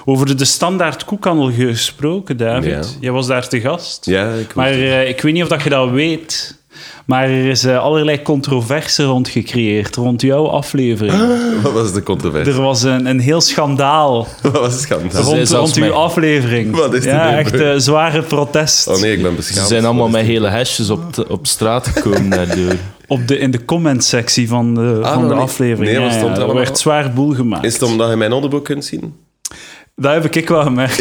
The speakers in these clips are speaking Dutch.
Over de standaard koekhandel gesproken, David. Ja. Jij was daar te gast. Ja, Maar ik weet niet of dat je dat weet... Maar er is allerlei controverse rond gecreëerd, rond jouw aflevering. Wat was de controversie? Er was een heel schandaal Wat was het schandaal? rond uw aflevering. Wat is er ja, nu echt gebeurd? zware protest. Oh nee, ik ben Ze beschaamd. zijn allemaal Wat met is er hele hashjes op straat gekomen daardoor. In de comment-sectie van de nog niet. aflevering. Nee, wat stond er er allemaal? werd zwaar boel gemaakt. Is het omdat je mijn onderbroek kunt zien? Dat heb ik wel gemerkt.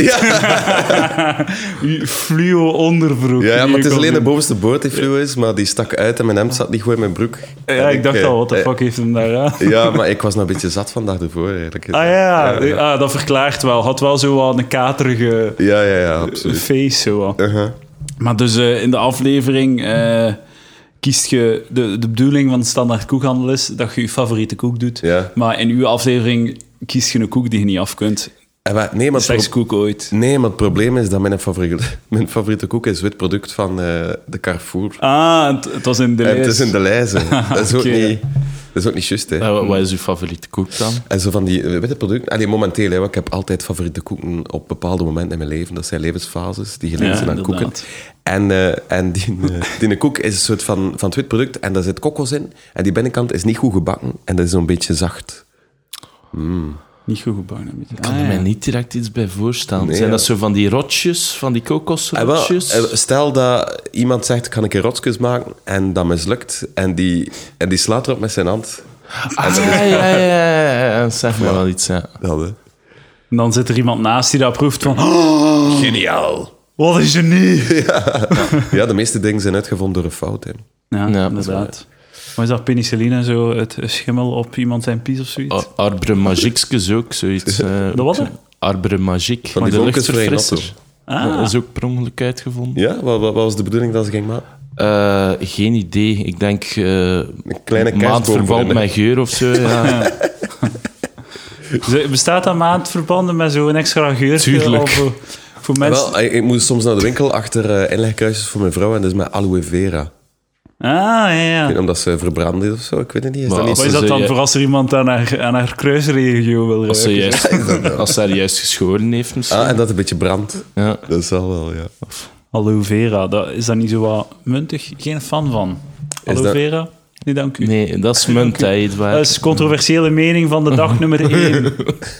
Uw fluo onderbroek. Ja, die maar het ik is al alleen de doe. bovenste boord die fluo is, maar die stak uit en mijn hemd zat niet goed in mijn broek. Ja, En ik dacht al, wat de fuck heeft hem daar aan? Ja, maar ik was nog een beetje zat vandaag ervoor, eigenlijk. Ah, dat verklaart wel. Had wel zo wat een katerige Ja, absoluut. face. Zo wat. Uh-huh. Maar dus in de aflevering kiest je... De bedoeling van standaard koekhandel is dat je je favoriete koek doet. Ja. Maar in uw aflevering kiest je een koek die je niet af kunt. Nee, maar Slechtste koek ooit. nee, maar het probleem is dat mijn favoriete koek is wit product van de Carrefour. Het was in de En lijst. het is in de lijzen. Dat is ook Oké. niet... Dat is ook niet juist, hè. Wat is uw favoriete koek dan? En zo van die witte producten... Allee, momenteel, hè, want ik heb altijd favoriete koeken op bepaalde momenten in mijn leven. Dat zijn levensfases die gelegen zijn aan koeken. inderdaad. En die koek is een soort van het wit product en daar zit kokos in. En die binnenkant is niet goed gebakken en dat is zo'n beetje zacht. Niet goed gebakken. Ik kan er mij niet direct iets bij voorstellen. Nee, Zijn ja. dat zo van die rotjes, van die kokosrotjes? Stel dat iemand zegt, kan ik een rotskus maken? En dat mislukt. En die slaat erop met zijn hand. Ja. Zeg maar wel iets, ja. Dat, hè. En dan zit er iemand naast die dat proeft van... Oh, Geniaal. wat een genie! Ja, de meeste dingen zijn uitgevonden door een fout, hè. Ja, Ja, inderdaad. Wat is dat, penicilline en zo, het schimmel op iemand zijn pies of zoiets? Arbre Magiques ook, zoiets. Dat was het? Arbre Magique, Van die de wolkjes vrij luchtverfrisser. Ah. Dat is ook per ongeluk uitgevonden. Ja? Wat was de bedoeling dat ze ging maken? Geen idee. Ik denk Een kleine maandverband kerstboom. met geur of zo. Ja. Bestaat dat maandverbanden met zo'n extra geurtje? Tuurlijk. Of voor mensen? Wel, ik moest soms naar de winkel achter inlegkruisjes voor mijn vrouw en dat is met aloe vera. Ja. Omdat ze verbrand is of zo, ik weet het niet. Is Maar dat niet Wat zo? is dat dan je- voor als er iemand aan haar kruisregio wil Als ruiken? ze haar juist geschoren heeft misschien. En dat het een beetje brandt. Ja. Dat zal wel, ja. Aloe vera, is dat niet zo wat muntig? Geen fan van. Aloe dat- vera? Nee, dank u. Nee, dat is munt, hè, Edouard. Dat is controversiële mening van de dag nummer 1.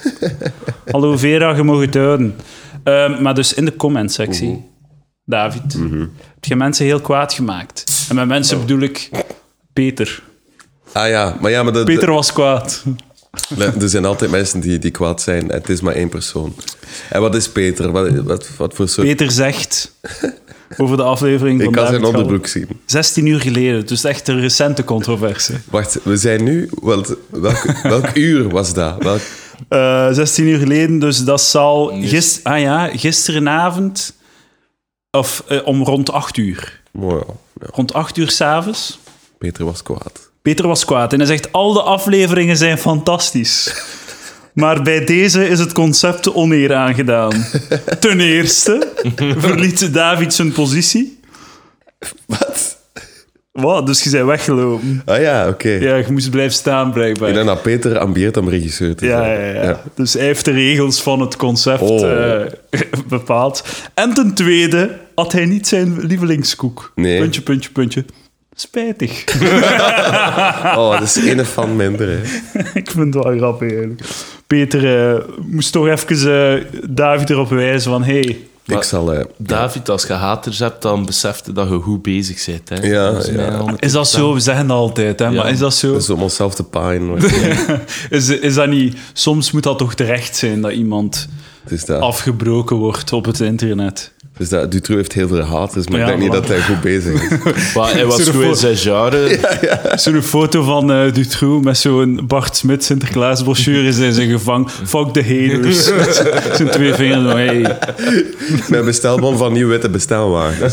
Aloe vera, je mag het houden. Maar dus in de comment-sectie, David, heb je mensen heel kwaad gemaakt. En met mensen bedoel ik Peter. Ah ja, maar dat... Peter was kwaad. Er zijn altijd mensen die kwaad zijn. Het is maar één persoon. En wat is Peter? Wat voor soort... Peter zegt over de aflevering van Ik kan David zijn Gal- onderbroek zien. 16 uur geleden, dus echt een recente controverse. Wacht, we zijn nu... Welk uur was dat? 16 uur geleden, dus dat zal gisterenavond of om rond 8 uur. Mooi, ja. Rond 8 uur 's avonds. Peter was kwaad. Peter was kwaad en hij zegt: al de afleveringen zijn fantastisch. Maar bij deze is het concept te oneer aangedaan. Ten eerste verliet David zijn positie. Wat? Wat? Dus je bent weggelopen. Ah ja, oké. Ja, je moest blijven staan, blijkbaar. En dan had Peter ambieert om regisseur te zijn. Ja. Dus hij heeft de regels van het concept Oh. bepaald. En ten tweede had hij niet zijn lievelingskoek. Nee. Puntje. Spijtig. Oh, dat is ene fan minder, hè. Ik vind het wel grappig, eigenlijk. Peter moest toch even David erop wijzen van... Hey, Ik zal... David, als je haters hebt, dan besef je dat je goed bezig bent. Hè. Ja, Dat is ja. mij al is dat zo? We zeggen dat altijd, hè? Maar is dat zo? Dat is om onszelf te paaien. Is dat niet... Soms moet dat toch terecht zijn dat iemand Het is dat. afgebroken wordt op het internet. Dus dat, Dutroux heeft heel veel haters, maar Ja, ik denk niet voilà. dat hij goed bezig is. Maar hij was Zullen goed we in zijn jaren. Zo'n foto van Dutroux met zo'n Bart Smit Sinterklaasbrochure in zijn gevang. Fuck the haters. Met zijn 2 vingers. Zo, hey. Mijn bestelbon van nieuw witte bestelwagens.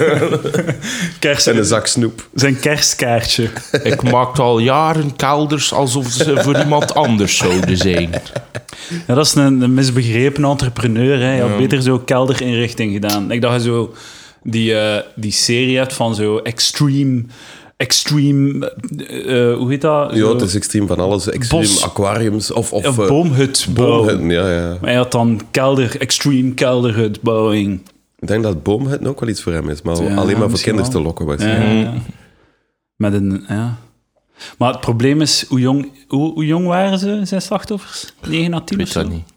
En een zak snoep. Zijn kerstkaartje. Ik maak al jaren kelders alsof ze voor iemand anders zouden zijn. Ja, dat is een misbegrepen entrepreneur. Hè. Hij had beter zo kelderinrichting gedaan. Ik dacht je zo die serie hebt van zo extreme extreme... hoe heet dat? Ja, het is extreem van alles. Extreem aquariums of boomhutbouw. Ja. Maar hij had dan extreme kelderhutbouwing. Ik denk dat boomhut ook wel iets voor hem is, maar Ja, alleen maar voor misschien kinderen wel. te lokken waarschijnlijk. Ja. Met een... Ja. Maar het probleem is, hoe jong waren ze, zijn slachtoffers? 9 à 10 Ik of weet zo? dat niet.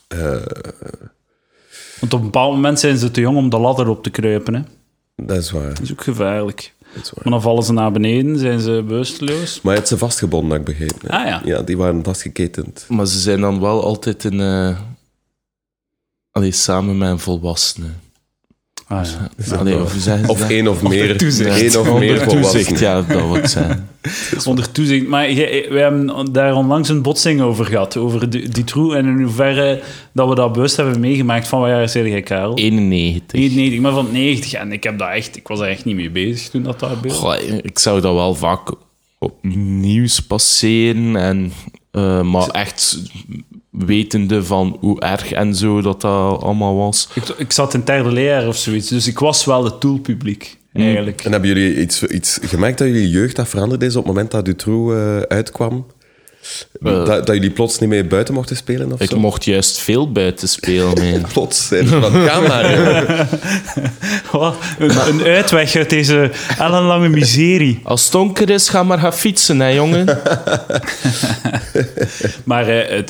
Want op een bepaald moment zijn ze te jong om de ladder op te kruipen. Hè. Dat is waar. Dat is ook gevaarlijk. Dat is waar. Maar dan vallen ze naar beneden, zijn ze bewusteloos. Maar je hebt ze vastgebonden, heb ik begrepen. hè. Ah ja. Ja, die waren vastgeketend. Maar ze zijn dan wel altijd samen met een volwassene. Ah, ja. Allee, of hoe zeggen ze Of dat? één of meer. toezicht. Één of meer Onder toezicht, volwassenen. ja, dat wil ik zeggen. Onder toezicht. Maar we hebben daar onlangs een botsing over gehad. Over Dutroux en in hoeverre dat we dat bewust hebben meegemaakt. Van wat jaar zei jij, Karel? 91. 91, maar van 90. En ik was er echt niet mee bezig toen dat gebeurde. Goh, ik zou dat wel vaak op nieuws passeren. Maar echt wetende van hoe erg en zo dat allemaal was. Ik zat in het derde leerjaar of zoiets. Dus ik was wel het doelpubliek, eigenlijk. En hebben jullie iets gemerkt dat jullie jeugd dat veranderd is op het moment dat Dutroux uitkwam? Dat jullie plots niet meer buiten mochten spelen of Ik zo? mocht juist veel buiten spelen. man. Plots, wat kan maar. Wat? Een uitweg uit deze ellenlange miserie. Als het donker is, ga maar gaan fietsen, hè, jongen. Maar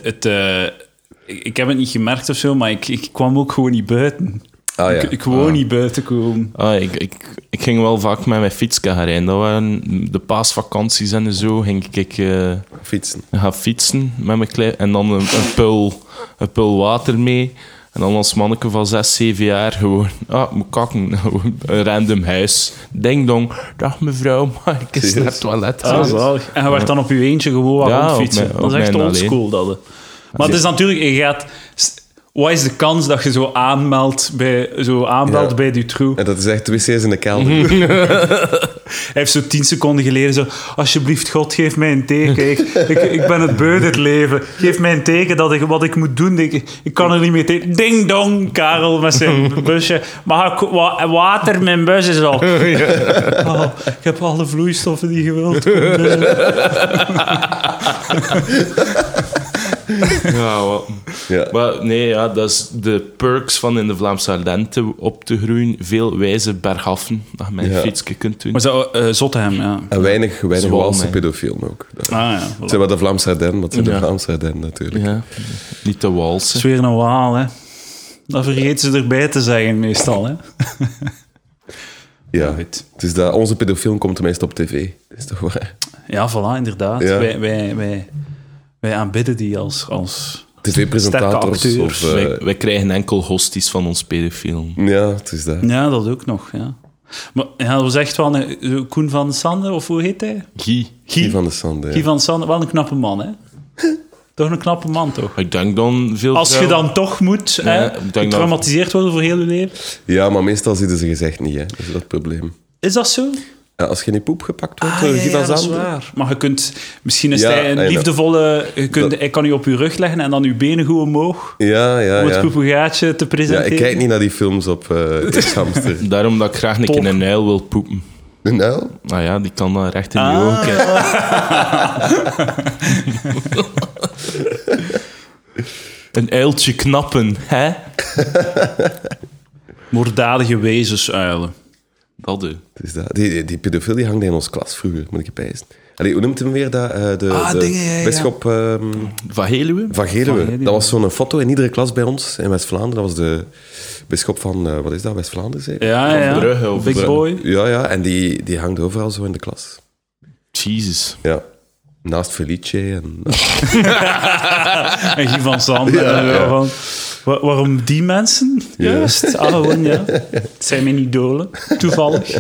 ik heb het niet gemerkt of zo, maar ik kwam ook gewoon niet buiten. Ah, ja. Ik wou niet buiten komen. Ik ging wel vaak met mijn fiets gaan rijden. Dat waren de paasvakanties en zo. Ging ik Fietsen. gaan fietsen met mijn klein... En dan een pul water mee. En dan als manneke van 6, 7 jaar gewoon... ik moet kakken. Een random huis. Ding dong. Dag mevrouw, mag ik eens naar het toilet? Zalig. En je werd dan op je eentje gewoon Ja, aan fietsen. op mijn- Dat is echt op mijn oldschool, dat. Hè. Maar het is natuurlijk... Je gaat... Wat is de kans dat je zo aanmeldt bij Dutroux? En dat is echt 2 wc's in de kelder. Hij heeft zo 10 seconden geleden zo... Alsjeblieft, God, geef mij een teken. Ik ben het beu, dit leven. Geef mij een teken dat wat ik moet doen. Ik kan er niet meer tegen. Ding dong, Karel met zijn busje. Mag ik water? Mijn bus is op. Oh, ik heb alle vloeistoffen die je wilt. Ja, wat. Ja. Maar nee, ja, dat is de perks van in de Vlaamse Ardenten op te groeien. Veel wijze berghaffen dat je met een Ja. fietsje kunt doen. Maar zo, Zottegem, ja. En weinig Zwalm, Waalse hè. pedofielen ook. Ah ja, voilà. Het zijn wel de Vlaamse Ardennen, maar het zijn de Ja. Vlaamse Ardennen natuurlijk. Ja, niet de Het Waalse. is weer een Waal, hè. Dat vergeten ze erbij te zeggen, meestal, hè. Ja. Goed. Dus dat, onze pedofiel komt meestal op tv. Dat is toch waar? Ja, voilà, inderdaad. Ja. Wij aanbidden die als TV-presentators. Sterke Of, acteurs. Wij krijgen enkel hosties van ons pedofiel. ja, het is dat. Ja, dat ook nog, ja. Maar ja, dat was echt wel een Koen van Sande, of hoe heet hij? Guy. Guy van de Sande. Guy van Sande, wel een knappe man, hè? Toch een knappe man, toch? Ik denk dan veel Als je vrouwen- dan toch moet Ja, ik denk dat- getraumatiseerd worden voor heel je leven. Ja, maar meestal zitten ze gezegd niet, hè. Dat is dat het probleem. Is dat zo? Ja, als je in je poep gepakt wordt door Guy van dat is Sande... waar. Maar je kunt... Misschien is Ja, hij een I know. liefdevolle... Hij kan u op uw rug leggen en dan uw benen goed omhoog Ja, ja, om het ja. poepengaatje te Ja, presenteren. ik kijk niet naar die films op X-Hamster. Daarom dat ik graag een keer Toch. in een uil wil poepen. Nou, Nou ja, die kan dan recht in je Ah. ogen kijken. Een uiltje knappen, hè? Moorddadige wezensuilen. Dat doe. het is dat. Die pedofiel die hangde in ons klas vroeger, moet ik je pijzen. Allee, hoe noemt hem weer dat? De dingen, ja, ja. bisschop Van Heluwe? van Geluwe. Geluwe. Dat was zo'n foto in iedere klas bij ons in West-Vlaanderen. Dat was de bisschop van, wat is dat, West-Vlaanderen? Zeker? Ja, ja. Brugge of Big Brugge. boy. Ja, ja, en die hangde overal zo in de klas. Jesus. Ja. Naast Felice en... En Guy van Sande. Ja, en zo ja. van, waarom die mensen? Ja. Juist. Ah, gewoon, ja. Het zijn mijn idolen. Toevallig.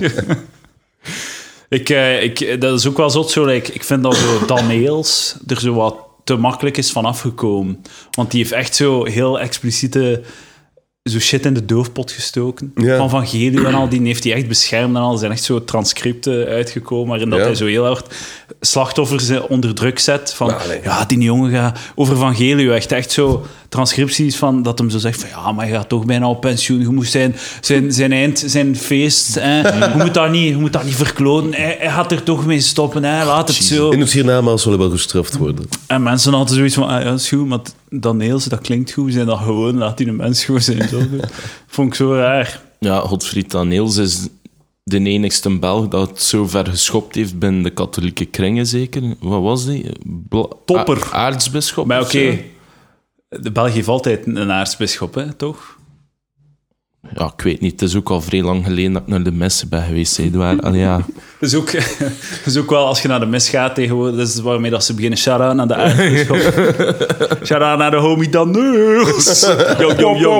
Dat is ook wel zot zo. Ik vind dat zo Dan Eels er zo wat te makkelijk is van afgekomen. Want die heeft echt zo heel expliciete zo shit in de doofpot gestoken. Ja. Van Geluwe en al, die heeft hij echt beschermd en al. Er zijn echt zo transcripten uitgekomen waarin dat hij zo heel hard slachtoffers onder druk zet. Van, die jongen gaat over Van Geluwe. Echt zo transcripties van dat hem zo zegt van, ja, maar je gaat toch bijna op pensioen. Je moet zijn feest, je moet dat niet verkloten. Hij gaat er toch mee stoppen, laat het zo. In het hiernamaals zullen wel gestraft worden. En mensen hadden zoiets van, ja, dat is goed, maar dan Niels, dat klinkt goed, we zijn dat gewoon, laat die een mens gewoon zijn. Zo. Vond ik zo raar. Ja, Godfried Daniels is de enigste Belg dat het zo ver geschopt heeft binnen de katholieke kringen, zeker. Wat was die? Topper. Aartsbisschop. Maar oké, de Belg heeft altijd een aartsbisschop, hè, toch? Ja, ik weet niet. Het is ook al vrij lang geleden dat ik naar de messen ben geweest, Edouard. Allee, ja. Dat is ook wel, als je naar de mis gaat tegenwoordig, dat is waarmee dat ze beginnen shout-out naar de aartsbisschop. Shout-out naar de homie Daniels. Yo.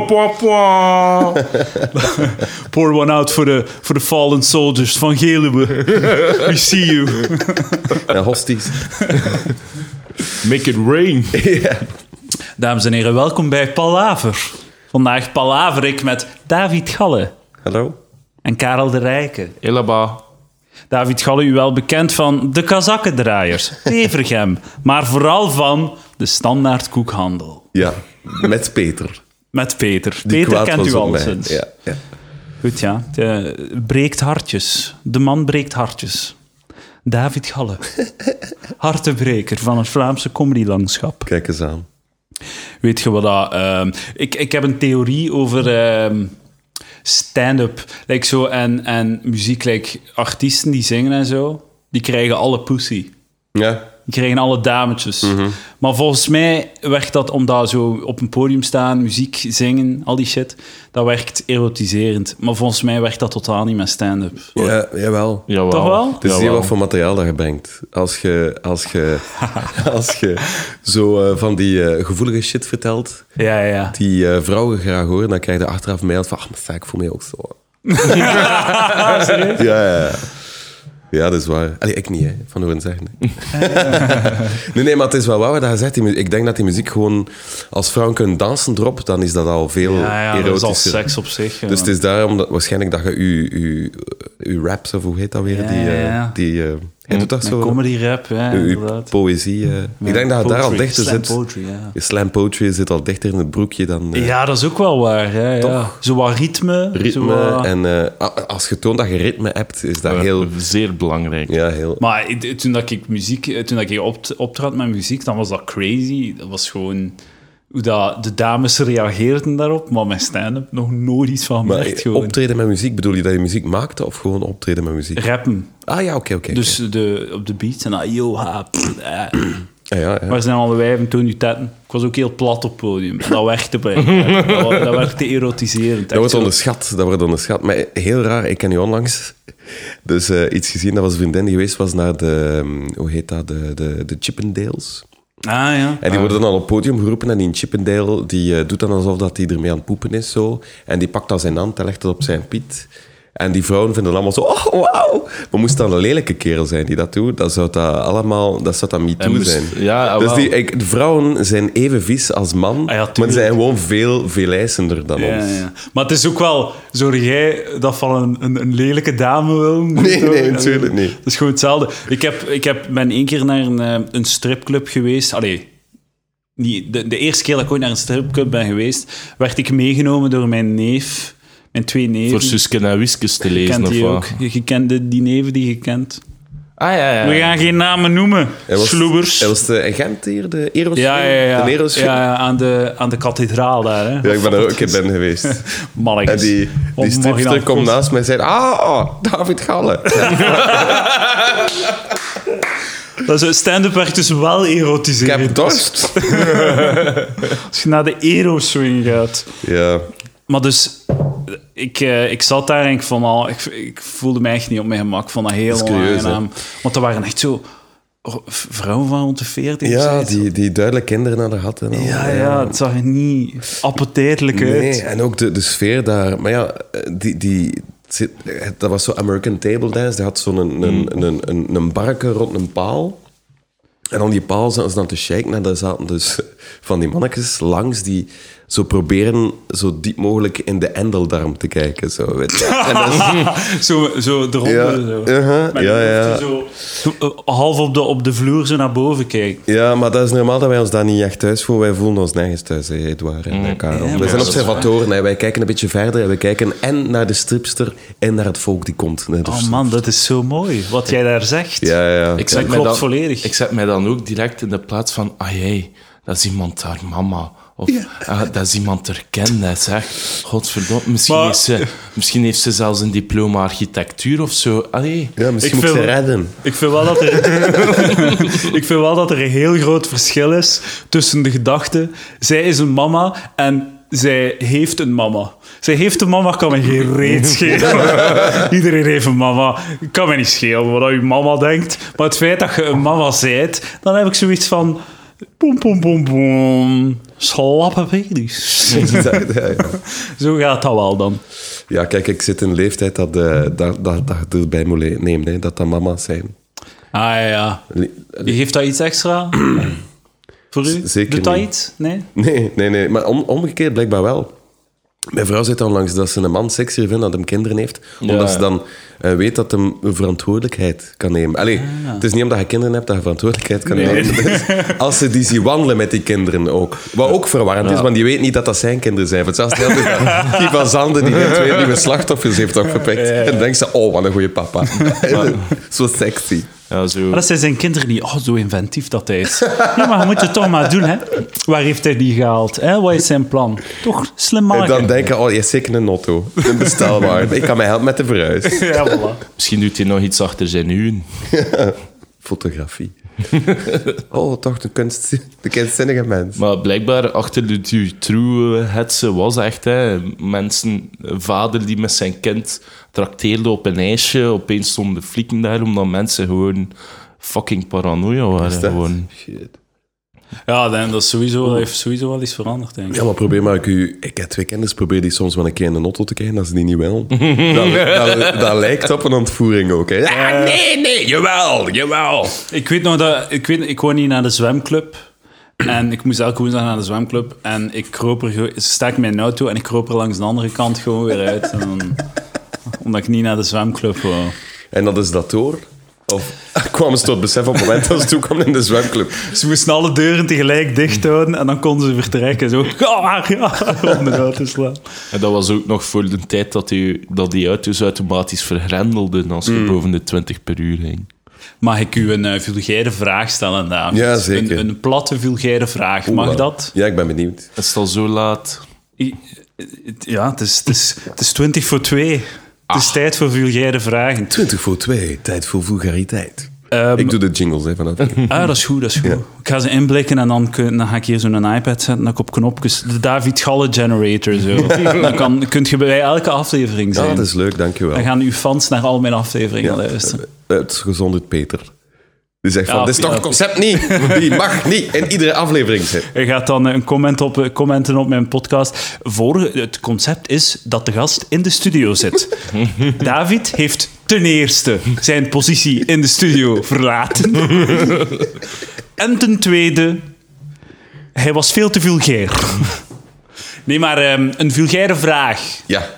Pour one out for the fallen soldiers van Geluwe. We see you. Ja, hosties. Make it rain. Ja. Dames en heren, welkom bij Palaver. Vandaag palaver ik met David Galle. Hallo. En Karel de Rijke. Helaba. David Galle, u wel bekend van de Kazakkendraaiers, Pevergem, maar vooral van de Standaard Koekhandel. Ja, met Peter. Met Peter. Die Peter kwaad kent was u op al mij. sinds. Ja. Goed, ja. Breekt hartjes. De man breekt hartjes. David Galle. Hartebreker van het Vlaamse comedylandschap. Kijk eens aan. Weet je wat dat... ik heb een theorie over stand-up zo, en muziek. Artiesten die zingen en zo, die krijgen alle pussy. Ja. Die krijgen alle dametjes. Maar volgens mij werkt dat, omdat zo op een podium staan, muziek zingen, al die shit, dat werkt erotiserend. Maar volgens mij werkt dat totaal niet met stand-up. Ja, jawel. Jawel. Toch wel? Het is niet wat voor materiaal dat je brengt. Als je zo van die gevoelige shit vertelt, Ja. die vrouwen graag horen, dan krijg je achteraf mail van, maar ik voel me ook zo. Ja. Ja, dat is waar. Allee, ik niet, hè. Van horen zeggen. Nee, maar het is wel waar dat je zegt. Ik denk dat die muziek gewoon... Als vrouwen kunnen dansen erop, dan is dat al veel Ja, dat is al erotischer. seks op zich. Dus het is daarom dat, waarschijnlijk dat je je raps, of hoe heet dat weer? Ja. Hij doet dat zo. Comedy rap, ja, Je inderdaad. poëzie. Ik denk dat je daar al dichter slam zit. Poetry, ja. Je slam poetry zit al dichter in het broekje dan... Ja, dat is ook wel waar. Hè, ja. Toch? Zo wat ritme. ritme. Zo wat... En als je toont dat je ritme hebt, is dat heel... Zeer belangrijk. Ja, heel... Maar toen dat ik optrad met muziek, dan was dat crazy. Dat was gewoon... Hoe dat de dames reageerden daarop, maar met stand-up nog nooit iets van Maar gemerkt. Gewoon. optreden met muziek, bedoel je dat je muziek maakte of gewoon optreden met muziek? Rappen. Ah ja, oké. Dus op de beats en dan yo, ha, pff, Ja. Waar zijn alle wijven toen nu tetten? Ik was ook heel plat op het podium. Dat werkte bij. Dat werkte erotiserend. Dat wordt onderschat. Maar heel raar, ik ken je onlangs dus iets gezien, dat was een vriendin die geweest was naar de... Hoe heet dat? De Chippendales. Ah ja. En die worden dan op het podium geroepen en die Chippendale die doet dan alsof dat hij ermee aan het poepen is. Zo. En die pakt dan zijn hand en legt het op zijn piet. En die vrouwen vinden allemaal zo, oh, wauw. Maar moest dan een lelijke kerel zijn die dat doet, dan zou dat allemaal, dat zou dat MeToo zijn. Ja, dus wel. de vrouwen zijn even vies als man, Ah ja, maar tuurlijk. ze zijn gewoon veel eisender dan ons. Ja. Maar het is ook wel... Zorg jij dat van een lelijke dame wil? Nee, natuurlijk niet. Het is gewoon hetzelfde. Ik ben één keer naar een stripclub geweest. Allee, de eerste keer dat ik ooit naar een stripclub ben geweest, werd ik meegenomen door mijn neef. Mijn twee neven. Voor Suske en Wiskes te Je lezen, kent of die wat? ook. Je kent die neven die je kent. Ah, ja. We gaan geen namen noemen. Sloebers. Hij was de agent hier, de Eros. Ja. De Eros. Ja, aan de kathedraal daar. Hè. Ja, ik ben er ook in geweest. En Mannetjes. die stripster komt naast mij en zei, David Galle. Stand-up werkt dus wel Ik erotiserend. heb dorst. Als je naar de Ero-swing gaat. Ja. Maar dus, ik zat daar en ik voelde mij echt niet op mijn gemak. Ik vond dat heel Dat is curieus, onaangenaam. Want er waren echt zo vrouwen van rond de 40. Ja, of zoiets. die duidelijk kinderen hadden gehad. En al. Ja, het zag er niet appetijtelijk uit. Nee, en ook de sfeer daar. Maar ja, dat was zo American Table Dance. Die had zo'n een barke rond een paal. En aan die paal zaten ze dan te shaken. En daar zaten dus van die mannetjes langs die zo proberen zo diep mogelijk in de endeldarm te kijken. Zo, weet je. En dat is, Zo de ronde. ja, Zo. uh-huh, ja. Zo, half op de vloer zo naar boven kijken. Ja, maar dat is normaal dat wij ons daar niet echt thuis voelen. Wij voelen ons nergens thuis, hè, Edouard en Karel. Ja, We zijn dat is observatoren. Hè. Wij kijken een beetje verder. En we kijken en naar de stripster en naar het volk die komt. Oh man, dat is zo mooi. Wat jij daar zegt. Ja. Ik Dat zet, mij klopt dan, volledig. ik zet mij dan ook direct in de plaats van... Jij, dat is iemand haar mama. Of dat is iemand herkend. Dat zegt, godverdomme, misschien heeft ze zelfs een diploma architectuur of zo. Allee. Ja, misschien Ik moet ze vind- redden. Ik vind wel dat er een heel groot verschil is tussen de gedachte... Zij is een mama en zij heeft een mama. Zij heeft een mama, kan me geen reet schelen. Iedereen heeft een mama. Kan me niet schelen wat je mama denkt. Maar het feit dat je een mama zijt, dan heb ik zoiets van... Boem, boem, boem, boem. Slappe baby's. Ja. Zo gaat dat wel dan. Ja, kijk, ik zit in een leeftijd dat je erbij moet nemen. Hè, dat mama's zijn. Ah ja. Geeft dat iets extra? Voor u? Zeker Doet dat niet. iets? Nee? Nee. Maar omgekeerd blijkbaar wel. Mijn vrouw zit onlangs dat ze een man sexier vindt dat hem kinderen heeft. Omdat ze dan weet dat hem een verantwoordelijkheid kan nemen. Allee, het is niet omdat je kinderen hebt dat je verantwoordelijkheid kan nemen. Dus als ze die zien wandelen met die kinderen ook. Wat ook verwarrend is, want die weet niet dat dat zijn kinderen zijn. Want zelfs die van Zanden die net 2 nieuwe slachtoffers heeft opgepikt. En dan denkt ze, oh, wat een goede papa. Zo sexy. Ja, zo. Maar dat zijn zijn kinderen niet. Oh, zo inventief dat hij is. Ja, maar je moet het toch maar doen, hè. Waar heeft hij die gehaald? Hè? Wat is zijn plan? Toch slim maken. En dan denken, oh, je is zeker een auto. Een bestelwagen. Ik kan mij helpen met de verhuis. Ja, voilà. Misschien doet hij nog iets achter zijn uren. Fotografie. Oh, toch de kunstzinnige mens. Maar blijkbaar, achter de true hetze was echt mensen, een vader die met zijn kind trakteerde op een ijsje. Opeens stonden de flieken daar, omdat mensen gewoon fucking paranoia waren. Gewoon. Shit. Ja, dat heeft sowieso wel iets veranderd, denk ik. Ja, maar probeer maar. Ik heb 2 kinders, probeer die soms wel een keer in de auto te krijgen als ze die niet willen. Dat lijkt op een ontvoering ook. Hè. Ah, nee, jawel. Ik weet nog dat... Ik woon niet naar de zwemclub. En ik moest elke woensdag naar de zwemclub. En ik kroop er... Sta ik in mijn auto en ik kroop er langs de andere kant gewoon weer uit. En dan, omdat ik niet naar de zwemclub wou. En dat is dat door? Of kwamen ze tot besef op het moment dat ze toekomen in de zwemclub? Ze moesten alle deuren tegelijk dicht houden en dan konden ze vertrekken. Zo, om de auto slaan. En dat was ook nog voor de tijd dat die auto's automatisch vergrendelden als je boven de 20 per uur ging. Mag ik u een vulgaire vraag stellen, David? Ja, zeker. Een platte, vulgaire vraag. Mag dat? Ja, ik ben benieuwd. Het is al zo laat. Ja, het is 20 voor 2. Het is tijd voor vulgaire vragen. 20 voor 2, tijd voor vulgariteit. Ik doe de jingles hè, vanaf. Dat is goed. Ja. Ik ga ze inblikken en dan ga ik hier zo'n iPad zetten dat ik op knopjes... De David Galle Generator, zo. Dan kunt je bij elke aflevering zijn. Ja, dat is leuk, dankjewel. Dan gaan uw fans naar al mijn afleveringen luisteren. Het is gezondheid Peter. Die zegt van, Ja, dit is toch ja. het concept niet. Die mag niet in iedere aflevering zitten. Hij gaat dan een commenten op mijn podcast. Het concept is dat de gast in de studio zit. David heeft ten eerste zijn positie in de studio verlaten. En ten tweede, hij was veel te vulgair. Nee, maar een vulgaire vraag. Ja.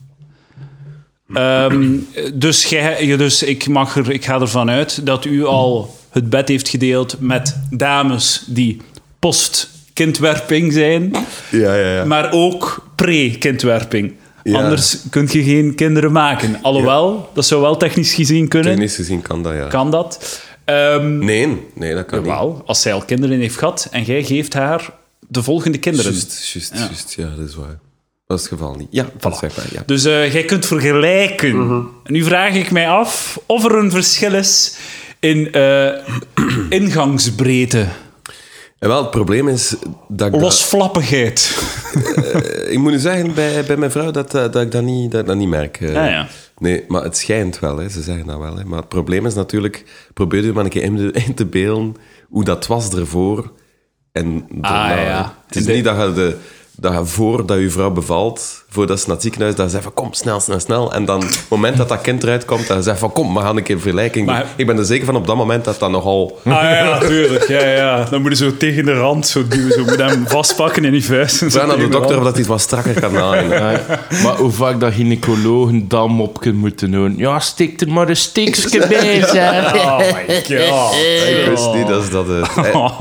Dus ik ga ervan uit dat u al het bed heeft gedeeld met dames die post-kindwerping zijn, Ja. maar ook pre-kindwerping. Ja. Anders kun je geen kinderen maken. Alhoewel, dat zou wel technisch gezien kunnen. Technisch gezien kan dat, ja. Kan dat? Nee, dat kan niet. Wel, als zij al kinderen heeft gehad en jij geeft haar de volgende kinderen. Juist, ja, dat is waar. Dat is het geval niet. Ja, dat is waar, ja. Dus jij kunt vergelijken. En nu vraag ik mij af of er een verschil is in ingangsbreedte. En wel, het probleem is dat ik Losflappigheid. ik moet nu zeggen bij mijn vrouw dat ik dat niet merk. Ja. Nee, maar het schijnt wel, hè. Ze zeggen dat wel. Hè. Maar het probleem is natuurlijk, probeer je maar een keer in te beelden hoe dat was ervoor en daarna. ja. Het is niet dat je dat voordat je vrouw bevalt, voordat ze naar het ziekenhuis, dat ze zegt van kom, snel. En dan, op het moment dat dat kind eruit komt, dat ze zegt van kom, we gaan een keer vergelijking doen. Ik ben er zeker van op dat moment dat dat nogal... Ja, natuurlijk. Ja. Dan moet je zo tegen de rand zo duwen. Zo moet je hem vastpakken in die vuist. Vraag naar de dokter of dat hij het wat strakker kan naaien. Ja, maar hoe vaak dat gynaecologen dat mopje moeten doen. Ja, steek er maar een steekje bij, zeg. Oh my god. Ik wist niet dat dat het...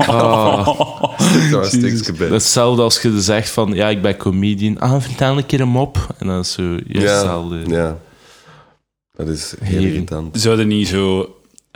Steek een stukje bij. Dat is hetzelfde als je zegt van, ja, ik ben comedian. Vertel een keer een mop. En dan is zo, juist hetzelfde. Ja. Dat is heel irritant. Zou er niet zo...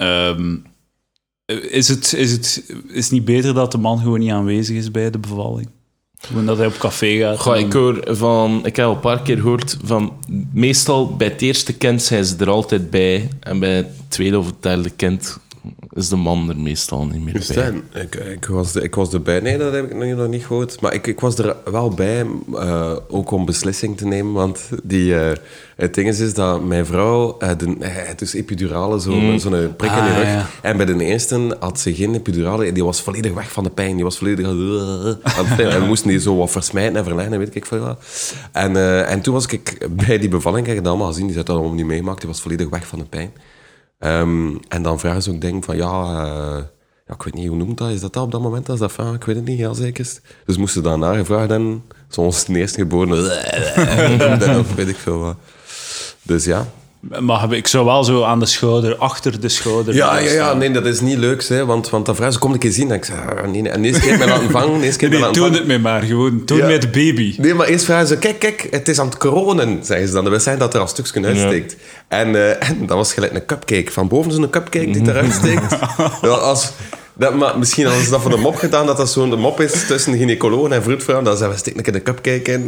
Is het niet beter dat de man gewoon niet aanwezig is bij de bevalling? Gewoon dat hij op café gaat? Goh, ik heb al een paar keer gehoord van... Meestal bij het eerste kind zijn ze er altijd bij. En bij het tweede of het derde kind is de man er meestal niet meer bij. Ik was erbij. Nee, dat heb ik nog niet gehoord. Maar ik was er wel bij, ook om beslissing te nemen. Want het ding is dat mijn vrouw... Het is epidurale, zo'n prik in de rug. Ja. En bij de eerste had ze geen epidurale. Die was volledig weg van de pijn. Die was volledig... En we moesten die zo wat versmijten en verleggen, weet ik veel wat. En toen was ik bij die bevalling, ik heb het allemaal gezien. Die had dat allemaal niet meegemaakt. Die was volledig weg van de pijn. En dan vragen ze ook dingen van, ik weet niet, hoe noemt dat? Is dat op dat moment? Is dat van, ik weet het niet, ja, zeker. Dus moesten daarna gevraagd en zoals de eerstgeborene, of weet ik veel wat. Dus ja. Maar ik zou wel zo aan de schouder, achter de schouder... Ja, nee, dat is niet leuk, hè, want dan vragen ze, kom een keer zien. En ik zeg, nee. En eerst keer mij laten vangen, toon het mij maar, gewoon. Toon mij de baby. Nee, maar eerst vragen ze, kijk, het is aan het kronen, zeggen ze dan. Dat zijn dat er al stukjes uitsteekt. Ja. En dat was gelijk een cupcake. Van boven zo'n cupcake die eruit steekt. Maar misschien hadden ze dat voor de mop gedaan, dat zo'n de mop is tussen de gynaecoloog en vroedvrouw. Dan zeggen we, steek een keer de cupcake in.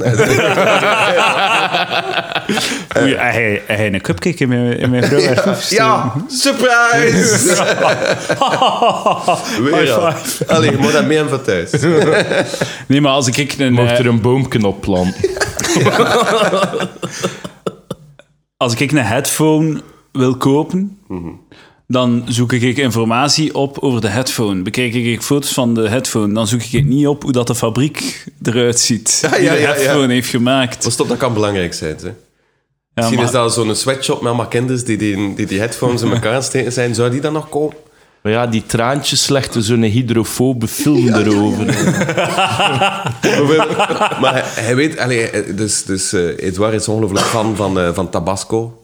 Hij een cupcake in mijn vrouw. Ja, surprise! Weer allee, je moet dat mee van thuis. Nee, maar als ik mocht er een boomje op planten. Als ik een headphone wil kopen... Dan zoek ik informatie op over de headphone. Bekijk ik foto's van de headphone. Dan zoek ik het niet op hoe dat de fabriek eruit ziet. Die de headphone heeft gemaakt. Pas op, dat kan belangrijk zijn. Hè? Misschien is dat zo'n sweatshop met allemaal kinders die headphones in elkaar steken zijn. Zou die dan nog komen? Maar ja, die traantjes legden zo'n hydrofobe film erover. Maar hij weet... Dus Edouard is ongelooflijk fan van Tabasco.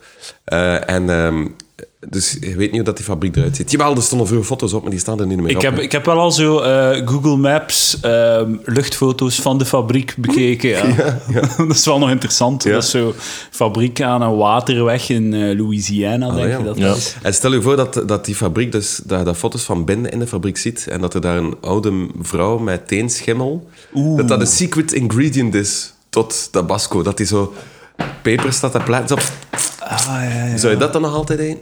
Dus je weet niet hoe dat die fabriek eruit ziet. Jawel, er stonden veel foto's op, maar die staan er niet meer op. Ik heb wel al zo Google Maps luchtfoto's van de fabriek bekeken. Ja. Dat is wel nog interessant. Ja. Dat is zo'n fabriek aan een waterweg in Louisiana, denk ik dat is. En stel je voor dat die fabriek, dus dat foto's van binnen in de fabriek ziet en dat er daar een oude vrouw met teenschimmel, dat een secret ingredient is tot Tabasco. Dat die zo peper staat en plaats op. Zou je dat dan nog altijd eten?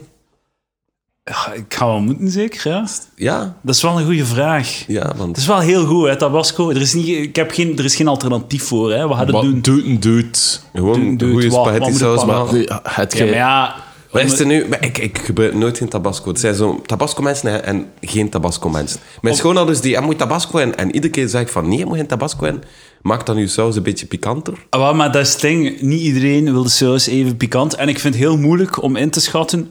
Ja, ik ga wel moeten, zeker, ja. Ja. Dat is wel een goede vraag. Ja, want... Het is wel heel goed, hè, Tabasco. Er is geen alternatief voor, hè. We gaan het doen. Doe gewoon goede spaghetti saus maken. Wat is er nu? Ik gebruik nooit geen Tabasco. Het zijn zo Tabasco-mensen en geen Tabasco-mensen. Mijn schoonouders die moet Tabasco en iedere keer zeg ik van nee, je moet geen Tabasco in. Maak dan je saus een beetje pikanter. Maar dat is het ding. Niet iedereen wil de saus even pikant. En ik vind het heel moeilijk om in te schatten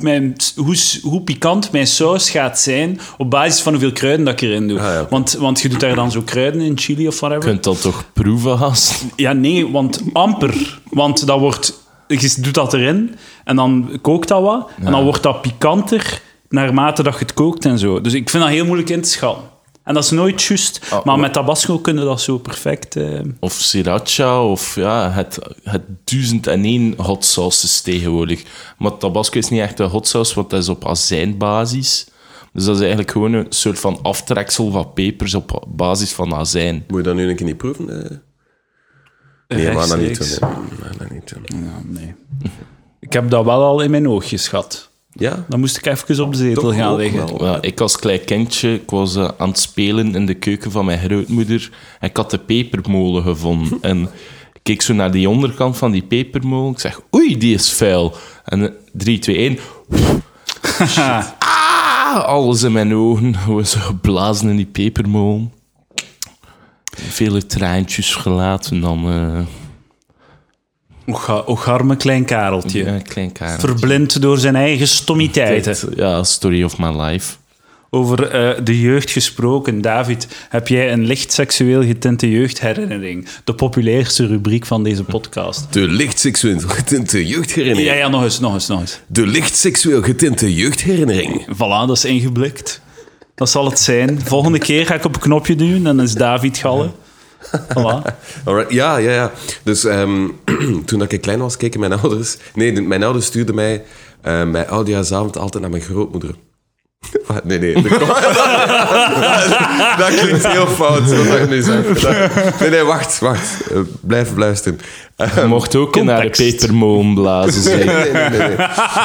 hoe pikant mijn saus gaat zijn op basis van hoeveel kruiden dat ik erin doe. Want je doet daar dan zo kruiden in, chili of whatever. Je kunt dat toch proeven, gast? Ja, nee, want amper. Want dat wordt... Je doet dat erin en dan kookt dat wat. Ja. En dan wordt dat pikanter naarmate dat je het kookt en zo. Dus ik vind dat heel moeilijk in te schatten. En dat is nooit juist. Maar met Tabasco kunnen dat zo perfect... Of sriracha, of het 1001 hot sauces tegenwoordig. Maar Tabasco is niet echt een hot sauce, want dat is op azijnbasis. Dus dat is eigenlijk gewoon een soort van aftreksel van pepers op basis van azijn. Moet je dat nu een keer niet proeven? Nee, maar dat niet doen. Ja, nee. Ik heb dat wel al in mijn oogjes gehad. Ja? Dan moest ik even op de zetel gaan liggen. Ja, ik als klein kindje, ik was aan het spelen in de keuken van mijn grootmoeder en ik had de pepermolen gevonden. En ik keek zo naar die onderkant van die pepermolen. Ik zeg, oei, die is vuil. En 3, 2, 1... Alles in mijn ogen. Gewoon zo geblazen in die pepermolen. Vele treintjes gelaten dan... Och arme klein Kareltje. Ja, klein Karel. Verblind door zijn eigen stommiteiten. Ja, story of my life. Over de jeugd gesproken. David, heb jij een licht seksueel getinte jeugdherinnering? De populairste rubriek van deze podcast. De licht seksueel getinte jeugdherinnering. Ja, nog eens. De licht seksueel getinte jeugdherinnering. Voilà, dat is ingeblikt. Dat zal het zijn. Volgende keer ga ik op een knopje duwen en dan is David Galle. Voilà. Alright, ja. Dus toen ik klein was, keken mijn ouders... Nee, mijn ouders stuurden mij mijn oudejaarsavond altijd naar mijn grootmoeder. Nee. Dat klinkt heel fout, wat ik nu zeg. Nee, wacht. Blijf luisteren. Je mocht ook naar de pepermolen blazen, zeg. Nee.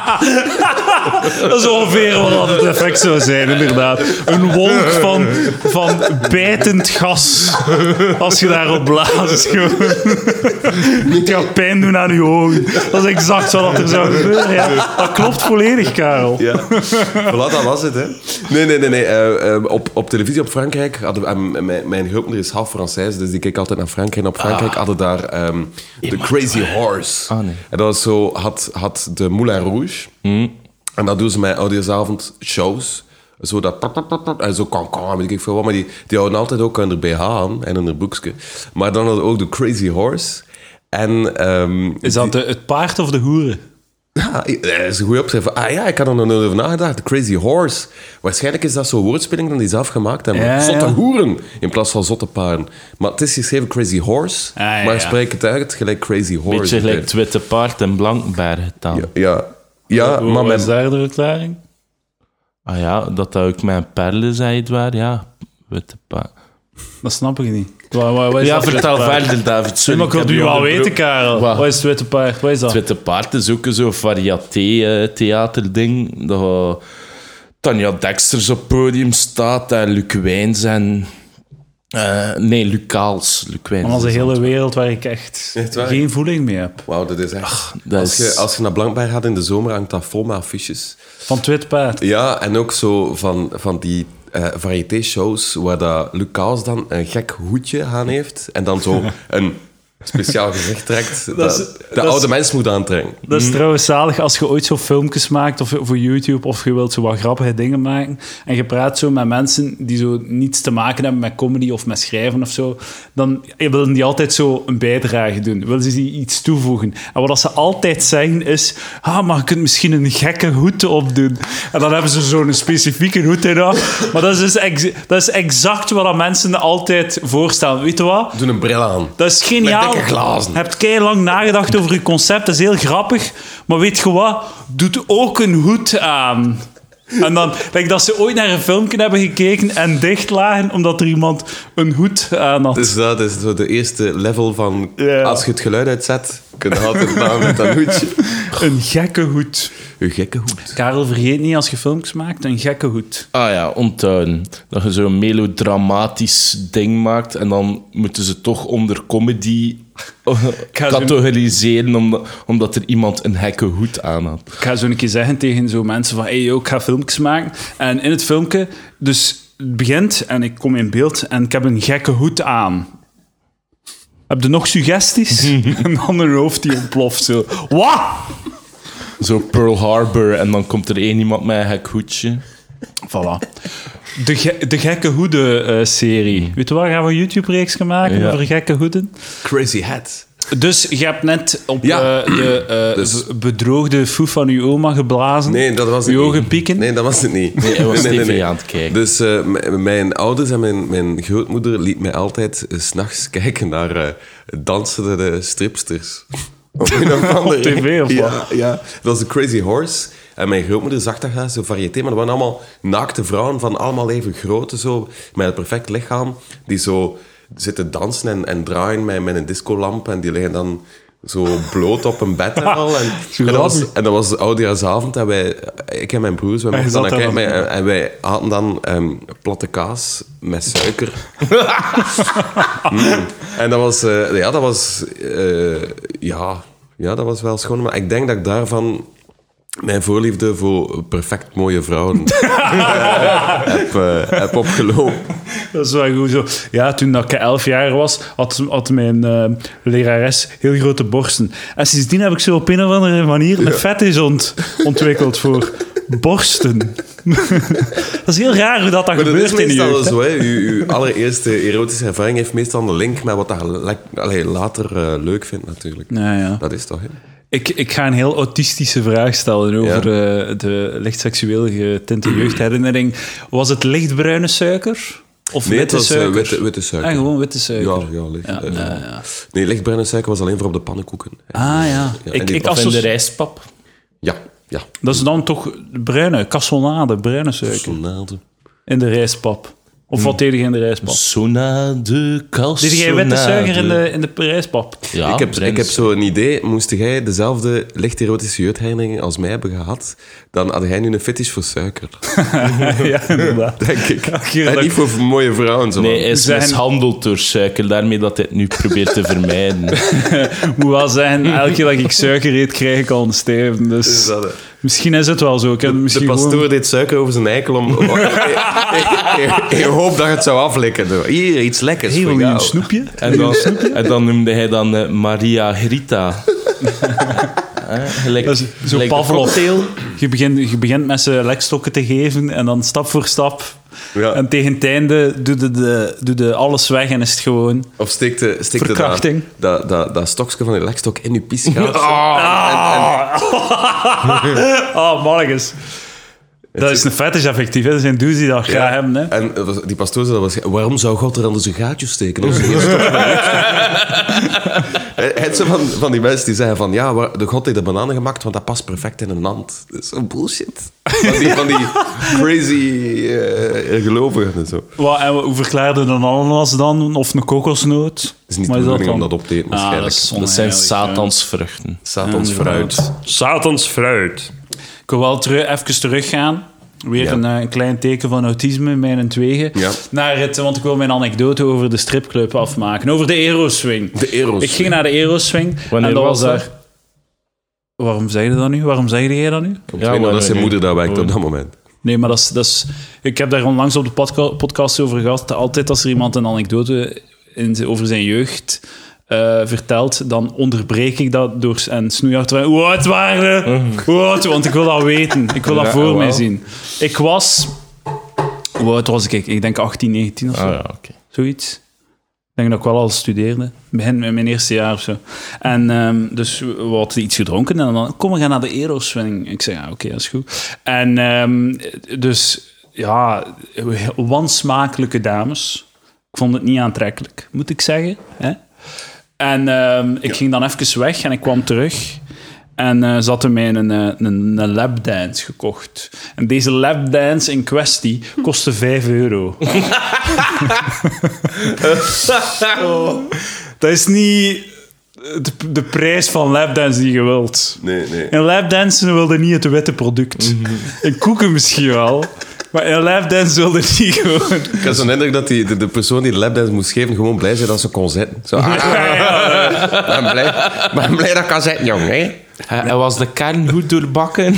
Dat is ongeveer wat het effect zou zijn, inderdaad. Een wolk van bijtend gas. Als je daarop blaast. Het gaat pijn doen aan je ogen. Dat is exact wat er zou gebeuren. Ja. Dat klopt volledig, Karel. Ja, voilà, dat was het, hè. Nee. Op televisie op Frankrijk hadden mijn grootmoeder is half Française, dus die keek altijd naar Frankrijk. En op Frankrijk hadden daar The Crazy Horse. Nee. En dat was zo, had de Moulin Rouge. En dat doen ze met oudejaarsavond shows. Zo dat... En zo kan, weet ik veel wat. Maar die houden altijd ook aan de BH aan en aan de broekje. Maar dan hadden we ook The Crazy Horse. En... Is dat het paard of de hoeren? Ja, dat is een goede opschrijven. Ik had er nog nooit over nagedacht. The Crazy Horse. Waarschijnlijk is dat zo'n woordspeling dat die zelf gemaakt hebben. Ja, zotte hoeren in plaats van zotte paarden. Maar het is geschreven Crazy Horse. Maar ik spreek het uit gelijk Crazy Horse. Beetje gelijk het witte paard en Blankenberg dan. Ja, maar wat is daar de verklaring? Dat ook mijn perlen zei het waar. Ja, witte paard. Dat snap ik niet. Wat is dat vertel paard? verder, David. Sorry, Maar ik wil nu wel weten, Karel. Wat? Wat is het witte paard? Wat is dat? Het witte paard is ook zo'n variété-theaterding. Dat Tanja Dexters op het podium staat en Luc Wijns en... Luc Kaals. Dat is een hele wereld waar ik echt geen voeling mee heb. Wauw, dat is echt... Als je naar Blankberg gaat in de zomer, hangt dat vol met affiches. Van het witte paard? Ja, en ook zo van die... variété-shows waar dat Luc Kaals dan een gek hoedje aan heeft en dan zo een speciaal gezicht trekt dat de oude mens moet aantrekken. Dat is trouwens zalig als je ooit zo filmpjes maakt of voor YouTube of je wilt zo wat grappige dingen maken en je praat zo met mensen die zo niets te maken hebben met comedy of met schrijven of zo, dan willen die altijd zo een bijdrage doen. Willen ze die iets toevoegen. En wat ze altijd zeggen is, maar je kunt misschien een gekke hoed opdoen. En dan hebben ze zo'n specifieke hoed in. Maar dat is exact wat mensen altijd voorstellen. Weet je wat? Doe een bril aan. Dat is geniaal. Met dikke glazen. Je hebt keilang nagedacht over je concept. Dat is heel grappig. Maar weet je wat? Doet ook een hoed aan. En dan denk ik dat ze ooit naar een filmpje hebben gekeken en dicht lagen omdat er iemand een hoed aan had. Dus dat is zo de eerste level van... Ja. Als je het geluid uitzet, kun je altijd aan met dat hoedje. Een gekke hoed. Een gekke hoed. Karel, vergeet niet als je filmpjes maakt, een gekke hoed. Onthouden. Dat je zo'n melodramatisch ding maakt en dan moeten ze toch onder comedy categoriseren omdat er iemand een gekke hoed aan had. Ik ga zo een keer zeggen tegen zo mensen van ik ga filmpjes maken. En in het filmpje, dus het begint en ik kom in beeld en ik heb een gekke hoed aan. Heb je nog suggesties? En dan een hoofd die ontploft zo. Wat? Zo Pearl Harbor en dan komt er iemand met een gek hoedje. Voilà. De gekke hoeden-serie. Weet je waar gaan we een YouTube-reeks gaan maken over gekke hoeden? Crazy hat. Dus je hebt net op Dus- bedroogde foef van uw oma geblazen. Nee, dat was het je niet. ogen pieken. Nee, dat was het niet. Nee, hij was tv aan het kijken. Dus mijn ouders en mijn grootmoeder liet mij altijd 's nachts kijken naar dansende stripsters. Op tv of wat? Ja, dat was de Crazy Horse. En mijn grootmoeder zag dat graag, zo variété. Maar dat waren allemaal naakte vrouwen van allemaal even grootte, zo, met een perfect lichaam, die zo zitten dansen en draaien met een discolamp. En die liggen dan zo bloot op een bed en al. En dat was oudejaarsavond. En ik en mijn broers, wij mochten dan naar kijken. En wij hadden dan platte kaas met suiker. En dat was... dat was wel schoon. Maar ik denk dat ik daarvan mijn voorliefde voor perfect mooie vrouwen heb opgelopen. Dat is wel goed zo. Ja, toen dat ik 11 jaar was, had mijn lerares heel grote borsten. En sindsdien heb ik zo op een of andere manier een fetish ontwikkeld voor borsten. Dat is heel raar hoe dat Maar gebeurt dat is in de meestal jeugd. zo, hè. Uw allereerste erotische ervaring heeft meestal een link met wat je later leuk vindt, natuurlijk. Ja. Dat is toch, hè? Ik ga een heel autistische vraag stellen over de licht seksueel getinte jeugdherinnering. Was het lichtbruine suiker? Of Nee, witte het was suiker? witte suiker. Ah, gewoon witte suiker. Ja. Nee, lichtbruine suiker was alleen voor op de pannenkoeken. Ah ja. Ja, en die- Of in de rijstpap. Ja. Dat is dan toch bruine, cassonade, bruine suiker. Sonade. In de rijstpap. Of wat deed je in de rijstpap? Sonade, calçonade. Deed jij witte suiker in de rijstpap? Ja, Ik heb zo'n idee, moest jij dezelfde licht erotische jeugdherinnering als mij hebben gehad, dan had jij nu een fetish voor suiker. Ja, inderdaad. Denk ik. Heerlijk. En niet voor mooie vrouwen. Zo. Nee, hij is Zijn- mishandeld door suiker, daarmee dat hij het nu probeert te vermijden. Moet wel zeggen, elke keer dat ik suiker eet, krijg ik al een stijven. Dus Is dat, hè? misschien is het wel zo. Ik heb De misschien pastoor gewoon... deed suiker over zijn eikel om... Ik hoop dat het zou aflikken. Zo. Hier, iets lekkers Hey, voor wil je jou. een snoepje? En dan noemde hij dan Maria Grita. Gelijk, Dat is zo gelijk de Pavlov. cocktail. Je begint met ze lekstokken te geven en dan stap voor stap. Ja. En tegen het einde doe je alles weg en is het gewoon... Of stikte Verkrachting. dat stokje van die lekstok in je pisgaat. Oh, mannetjes. Dat is een fetish effectief. Hè. Dat zijn dudes die dat graag hebben. Hè. En die pastoor zei dat was... Waarom zou God er dan zijn gaatjes steken? Als hij stok met Hij heeft zo van die mensen die zeggen van... Ja, de God heeft de bananen gemaakt, want dat past perfect in een hand. Dat is zo bullshit. Van die crazy gelovigen en zo. En hoe verklaarde een ananas dan? Of een kokosnoot? Het is niet Maar de bedoeling dan? om dat op te eten, waarschijnlijk. dat is Dat zijn onheilig, Satans vruchten. Satans fruit. Satans fruit. Ik wil wel even teruggaan. Weer Ja. een klein teken van autisme in mijn twegen. Ja. Want ik wil mijn anekdote over de stripclub afmaken. Over de Aeroswing. De Aeroswing. Ik ging naar de Aeroswing. Wanneer en dat was dat? daar... Waarom zei je dat nu? Waarom zei jij dat nu? Dat zijn moeder daar werkte op dat moment. Nee, maar dat is... Ik heb daar onlangs op de podcast over gehad. Altijd als er iemand een anekdote over zijn jeugd vertelt, dan onderbreek ik dat door en snoeihard te zeggen, hoe oud waren we? Hoe oud? Want ik wil dat weten. Ik wil dat Ja, voor wel. mij zien. Ik was... Hoe oud was ik? Ik denk 18, 19 of zo. Ah ja, oké. Zoiets. Ik denk dat ik wel al studeerde. Begin met mijn eerste jaar of zo. En dus we hadden iets gedronken. En dan, kom, we gaan naar de Aeroswing. Ik zei, ja, oké, dat is goed. En dus, ja, wansmakelijke dames. Ik vond het niet aantrekkelijk, moet ik zeggen. Hè? En ik ging dan even weg en ik kwam terug. En ze hadden mij een lapdance gekocht. En deze lapdance in kwestie kostte €5. Dat is niet de prijs van lapdance die je wilt. Nee. In lapdance wilde niet het witte product. In koeken misschien wel. Maar in lapdance wilde niet gewoon... Ik had zo'n indruk dat de persoon die de lapdance moest geven gewoon blij zijn dat ze kon zitten. Zo, ben blij dat ik kan zitten, jong. Hè? En was de kern goed doorbakken?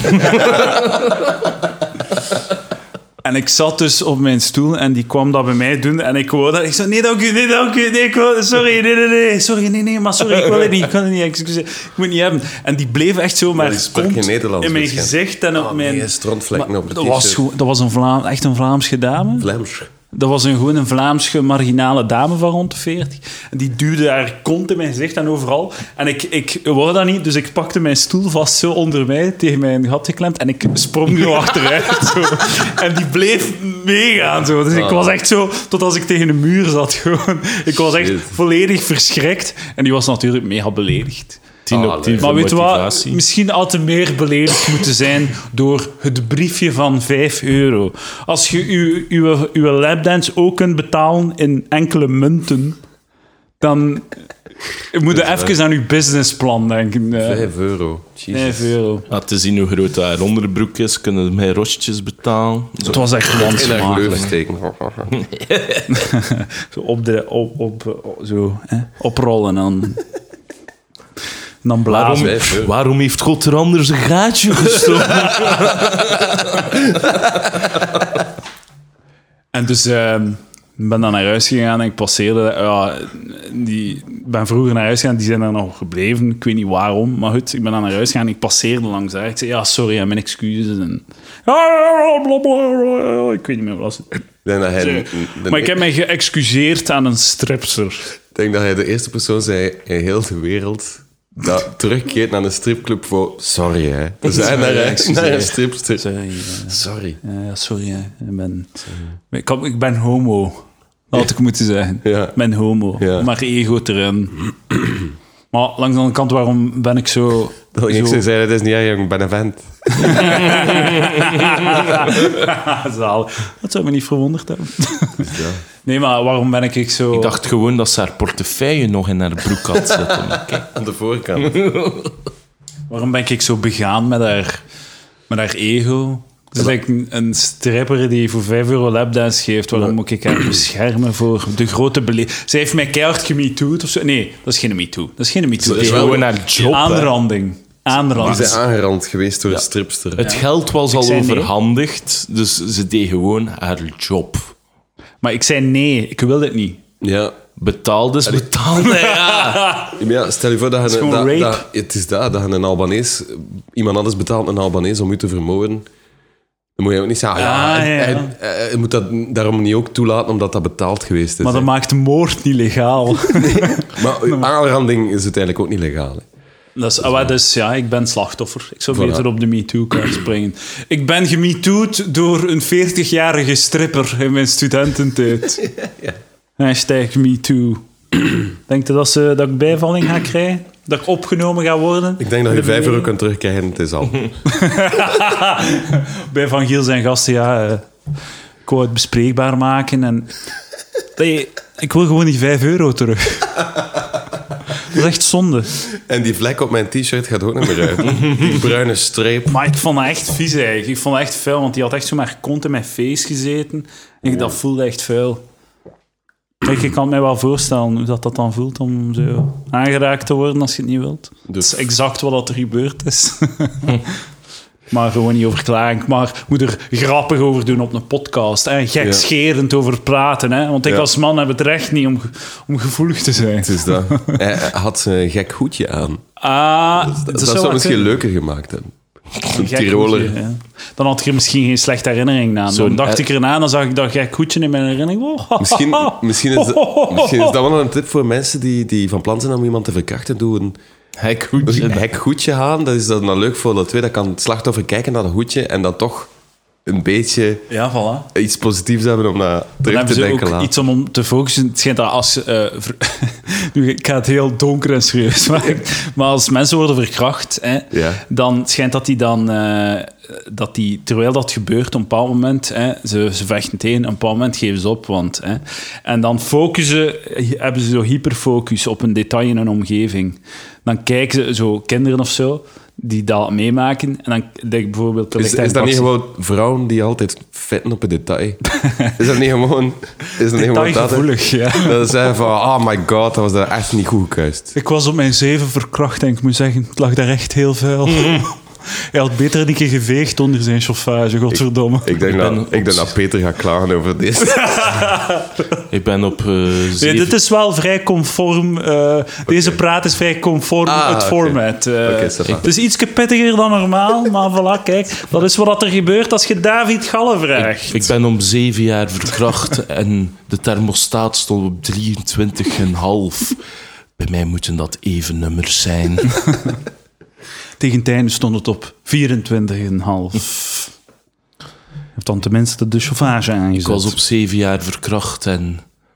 En ik zat dus op mijn stoel en die kwam dat bij mij doen. En ik wou dat. Ik zei, nee, dank u, nee, sorry, nee. Sorry, nee, maar sorry, ik wil het niet, excuseer. Ik moet het niet hebben. En die bleef echt zo maar die sprak geen kont Nederlands in mijn waarschijnlijk. gezicht en op mijn... Nee, strontvlekken op het dat was, t-shirt. gewoon, dat was echt een Vlaamse dame. Vlaams. Dat was gewoon een Vlaamse marginale dame van rond de 40. En die duwde haar kont in mijn gezicht en overal. En ik wou dat niet, dus ik pakte mijn stoel vast zo onder mij, tegen mijn gat geklemd. En ik sprong zo achteruit. Zo. En die bleef meegaan. Zo. Dus ik was echt zo, tot als ik tegen de muur zat. Gewoon. Ik was echt volledig verschrikt. En die was natuurlijk mega beledigd. 10 op 10 Maar voor weet je wat? motivatie. Misschien had hij meer beledigd moeten zijn door het briefje van €5. Als je uw lapdance ook kunt betalen in enkele munten, dan moet je even aan uw businessplan denken. €5. Jesus. €5. Ja, te zien hoe groot haar onderbroek is, kunnen ze mij rostjes betalen. Het was echt In haar gleuf wansmakelijk. steken. Zo oprollen dan. dan blazen. Waarom heeft God er anders een gaatje gestoken? En dus ik ben dan naar huis gegaan en ik passeerde... ik ben vroeger naar huis gegaan, die zijn er nog gebleven. Ik weet niet waarom, maar goed, ik ben dan naar huis gegaan en ik passeerde langs daar. Ik zei, ja, sorry, en mijn excuses. En... Ik weet niet meer wat het was. Maar ik heb mij geëxcuseerd aan een stripster. Ik denk dat hij de eerste persoon zei in heel de wereld dat terugkeert naar een stripclub voor sorry, hè. We zijn naar een stripster. Sorry. Ja, sorry, hè. Ik ben homo. Dat had ik moeten zeggen. Ja. Ik ben homo. Ja. Maar ego erin. Maar langs de andere kant, waarom ben ik zo... Dat ik zou zeggen, dat is niet erg, ik ben een vent. Zalig. Dat zou me niet verwonderd hebben. Nee, maar waarom ben ik zo... Ik dacht gewoon dat ze haar portefeuille nog in haar broek had zitten. Kijk. Aan de voorkant. Waarom ben ik zo begaan met haar ego? Het is like een stripper die voor €5 lapdance geeft. Waarom moet ik haar beschermen voor de grote beleving? Zij heeft mij keihard gemetoed of zo. Nee, dat is geen metoo. Dat is geen metoo. Dat is gewoon haar job. Aanranding. Die zijn aangerand geweest door een stripster. Het geld was al zei nee. overhandigd, dus ze deed gewoon haar job. Maar ik zei nee, ik wil dit niet. Ja. Betaald is betaald. Ja. Ja, stel je voor dat je... gewoon rape. Het is dat je een Albanees... Iemand anders betaalt een Albanees om u te vermoorden. Dan moet je ook niet zeggen... Hij moet dat daarom niet ook toelaten, omdat dat betaald geweest is. Maar dat maakt moord niet legaal. Maar aanranding is uiteindelijk ook niet legaal. Hè. Dus ja, ik ben slachtoffer. Ik zou beter op de MeToo-kaart springen. Ik ben gemetoed door een 40-jarige stripper in mijn studententijd. Ja. Hashtag MeToo. Denk je dat ik bijvalling ga krijgen? Dat ik opgenomen ga worden? Ik denk dat je €5 kunt terugkrijgen, het is al. Bij Van Giel zijn gasten, ja... ik wou het bespreekbaar maken en... Nee, ik wil gewoon die €5 terug. Dat is echt zonde. En die vlek op mijn t-shirt gaat ook niet meer uit. Die bruine streep. Maar ik vond het echt vies eigenlijk. Ik vond het echt vuil, want die had echt zo maar kont in mijn face gezeten. En dat voelde echt vuil. Kijk, ik kan het mij wel voorstellen hoe dat dan voelt om zo aangeraakt te worden als je het niet wilt. Dat is exact wat er gebeurd is. Maar gewoon niet over klagen. Maar moet er grappig over doen op een podcast. En gekscherend over praten. Hè? Want ik als man heb het recht niet om gevoelig te zijn. Het is dat. Hij had een gek hoedje aan. Dat zou wat misschien leuker gemaakt hebben. Een gek Tiroler. hoedje, ja. Dan had ik er misschien geen slechte herinnering aan. Dan dacht ik erna, dan zag ik dat gek hoedje in mijn herinnering. Misschien is dat wel een tip voor mensen die van plan zijn om iemand te verkrachten. Doe een hek hoedje aan. Dat is dan leuk voor dat twee. Dat kan het slachtoffer kijken naar dat hoedje en dan toch een beetje iets positiefs hebben om naar terug te denken. Ook iets om te focussen. Het schijnt dat als... nu, ik ga het heel donker en serieus maken. Maar als mensen worden verkracht, dan schijnt dat die terwijl dat gebeurt, op een bepaald moment, ze vechten tegen, op een bepaald moment geven ze op. En dan hebben ze zo hyperfocus op een detail in hun omgeving. Dan kijken ze zo kinderen of zo, die dat meemaken. En dan denk ik bijvoorbeeld... Is dat niet gewoon vrouwen die altijd vetten op een detail? Is dat niet gewoon... Detailgevoelig, ja. Dat ze zeggen van, oh my god, dat was daar echt niet goed gekuist. Ik was op mijn 7 verkracht en ik moet zeggen, het lag daar echt heel vuil. Hij had beter een keer geveegd onder zijn chauffage, godverdomme. Ik denk dat Peter gaat klagen over deze. Ik ben op 7... dit is wel vrij conform. Deze praat is vrij conform het format. Het is iets pittiger dan normaal, maar voilà, kijk. Dat is wat er gebeurt als je David Galle vraagt. Ik ben om 7 jaar verkracht en de thermostaat stond op 23,5. Bij mij moeten dat even nummers zijn. Tegen het einde stond het op 24,5. Heeft dan tenminste de chauffage aangezet. Ik was op 7 jaar verkracht en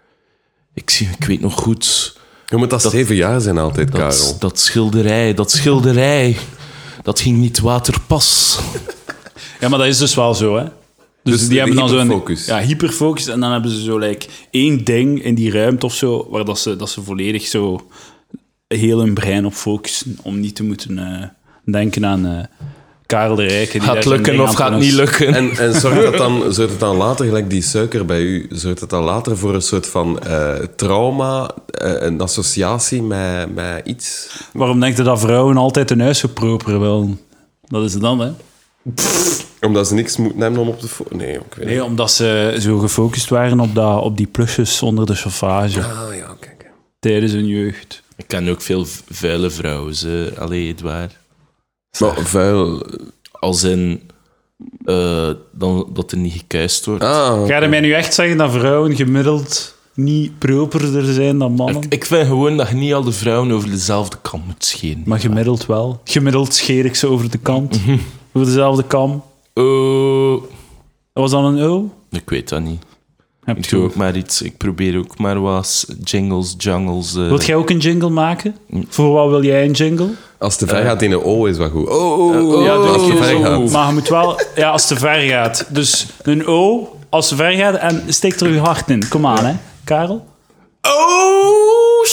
ik weet nog goed... Je moet dat 7 jaar zijn altijd, Karel. Dat schilderij, dat ging niet waterpas. Ja, maar dat is dus wel zo, hè. Dus die hebben dan hyperfocus. Hyperfocus. En dan hebben ze zo één ding in die ruimte of zo, waar dat ze volledig zo heel hun brein op focussen, om niet te moeten denken aan Karel de Rijke. Die Gaat daar het zijn lukken ding of aan gaat het het niet doen is. lukken? En zorgt het dan later, gelijk die suiker bij u, zorgt het dan later voor een soort van trauma, een associatie met iets? Waarom denk je dat vrouwen altijd een huis zo proper willen? Dat is het dan, hè? Omdat ze niks moeten hebben om op de Nee, ik weet Nee, niet. omdat ze zo gefocust waren op die plusjes onder de chauffage Ah, ja, kijk. tijdens hun jeugd. Ik ken ook veel vuile vrouwen. Allee, Edouard. Maar vuil... Als in... dan, dat er niet gekuist wordt. Ah, Ga je mij nu echt zeggen dat vrouwen gemiddeld niet properder zijn dan mannen? Ik vind gewoon dat je niet al de vrouwen over dezelfde kam moet scheren. Maar gemiddeld wel. Gemiddeld scheer ik ze over de kant. Over dezelfde kam. Oh, Dat was dan een O? ik weet dat niet. Heb Ik je doe ook. ook maar iets. Ik probeer ook maar wat jungles. Wilt jij ook een jingle maken? Voor wat wil jij een jingle? als te ver gaat in een O is wat goed. Oh, Ja, als dus te ver gaat. maar je moet wel... Ja, als het te ver gaat. Dus een O, als het te ver gaat, en steek er je hart in. Kom aan, hè. Karel? Oh,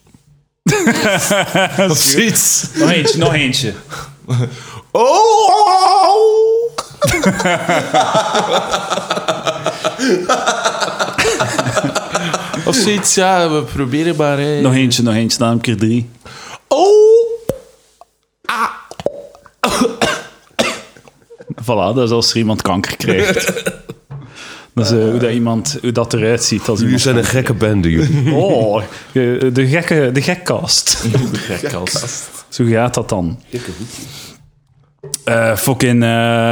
of zoiets. Nog eentje. Oh! Of zoiets, ja, we proberen maar. Hè. Nog eentje, dan heb ik er 3. Oh! Voilà, dat is als er iemand kanker krijgt. Dat is hoe dat eruit ziet. Als Jullie iemand zijn een gekke bende, jullie. Oh, de gekkast. Gekkast. Zo gaat dat dan. Fucking...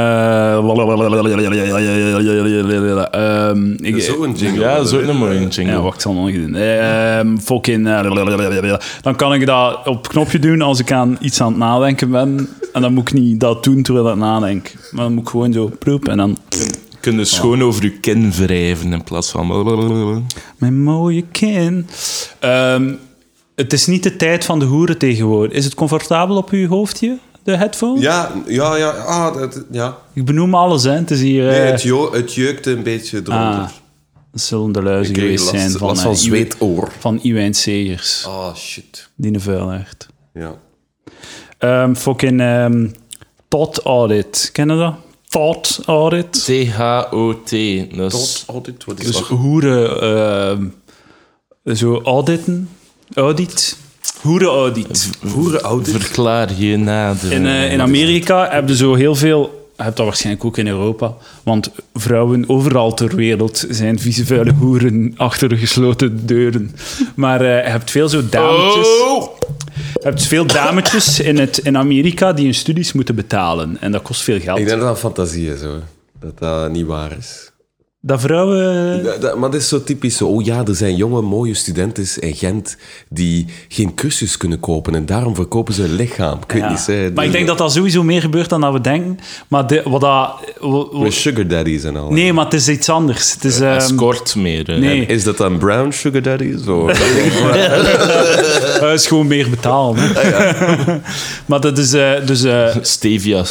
Zo een jingle. Ja, dat is ook een mooie jingle. Ja, wacht, ik zal nog doen. Fucking... Dan kan ik dat op het knopje doen als ik aan iets aan het nadenken ben. En dan moet ik niet dat doen terwijl ik nadenk. Maar dan moet ik gewoon zo ploep en dan... Je kunt dus schoon over je kin wrijven in plaats van... Mijn mooie kin. Het is niet de tijd van de hoeren tegenwoordig. Is het comfortabel op uw hoofdje, de headphone? Ja. Ja. Ik benoem alles, hè. Het is hier... Nee, het jeukte een beetje eronder. Dat zullen de luizen Ik kreeg geweest zijn last van zweetoor. van Iwijn Segers. Ah, shit. Die een vuilaard. Ja. Fucking Tot Audit. Ken je dat? Tot Audit. THOT. Dat is... Audit, wat is Dus dat? hoeren... zo auditen. Audit. Hoerenaudit. Hoerenaudit? Verklaar je nader. In Amerika heb je zo heel veel... Je hebt dat waarschijnlijk ook in Europa. Want vrouwen overal ter wereld zijn vieze vuile hoeren achter de gesloten deuren. Maar je hebt veel zo dametjes... Je hebt veel dametjes in Amerika die hun studies moeten betalen. En dat kost veel geld. Ik denk dat dat fantasie is, hoor. Dat dat niet waar is. Dat vrouwen... Maar dat is zo typisch zo. Oh ja, er zijn jonge, mooie studenten in Gent die geen cursus kunnen kopen en daarom verkopen ze hun lichaam. Ik weet Ja. niet, hè. Maar ik denk dat dat sowieso meer gebeurt dan dat we denken. Maar Met sugar daddies en al. nee, maar het is iets anders. Het is... Escort meer. nee. Is dat dan brown sugar daddies? Of... Het is gewoon meer betalen. Hè. Maar dat is... Stevia.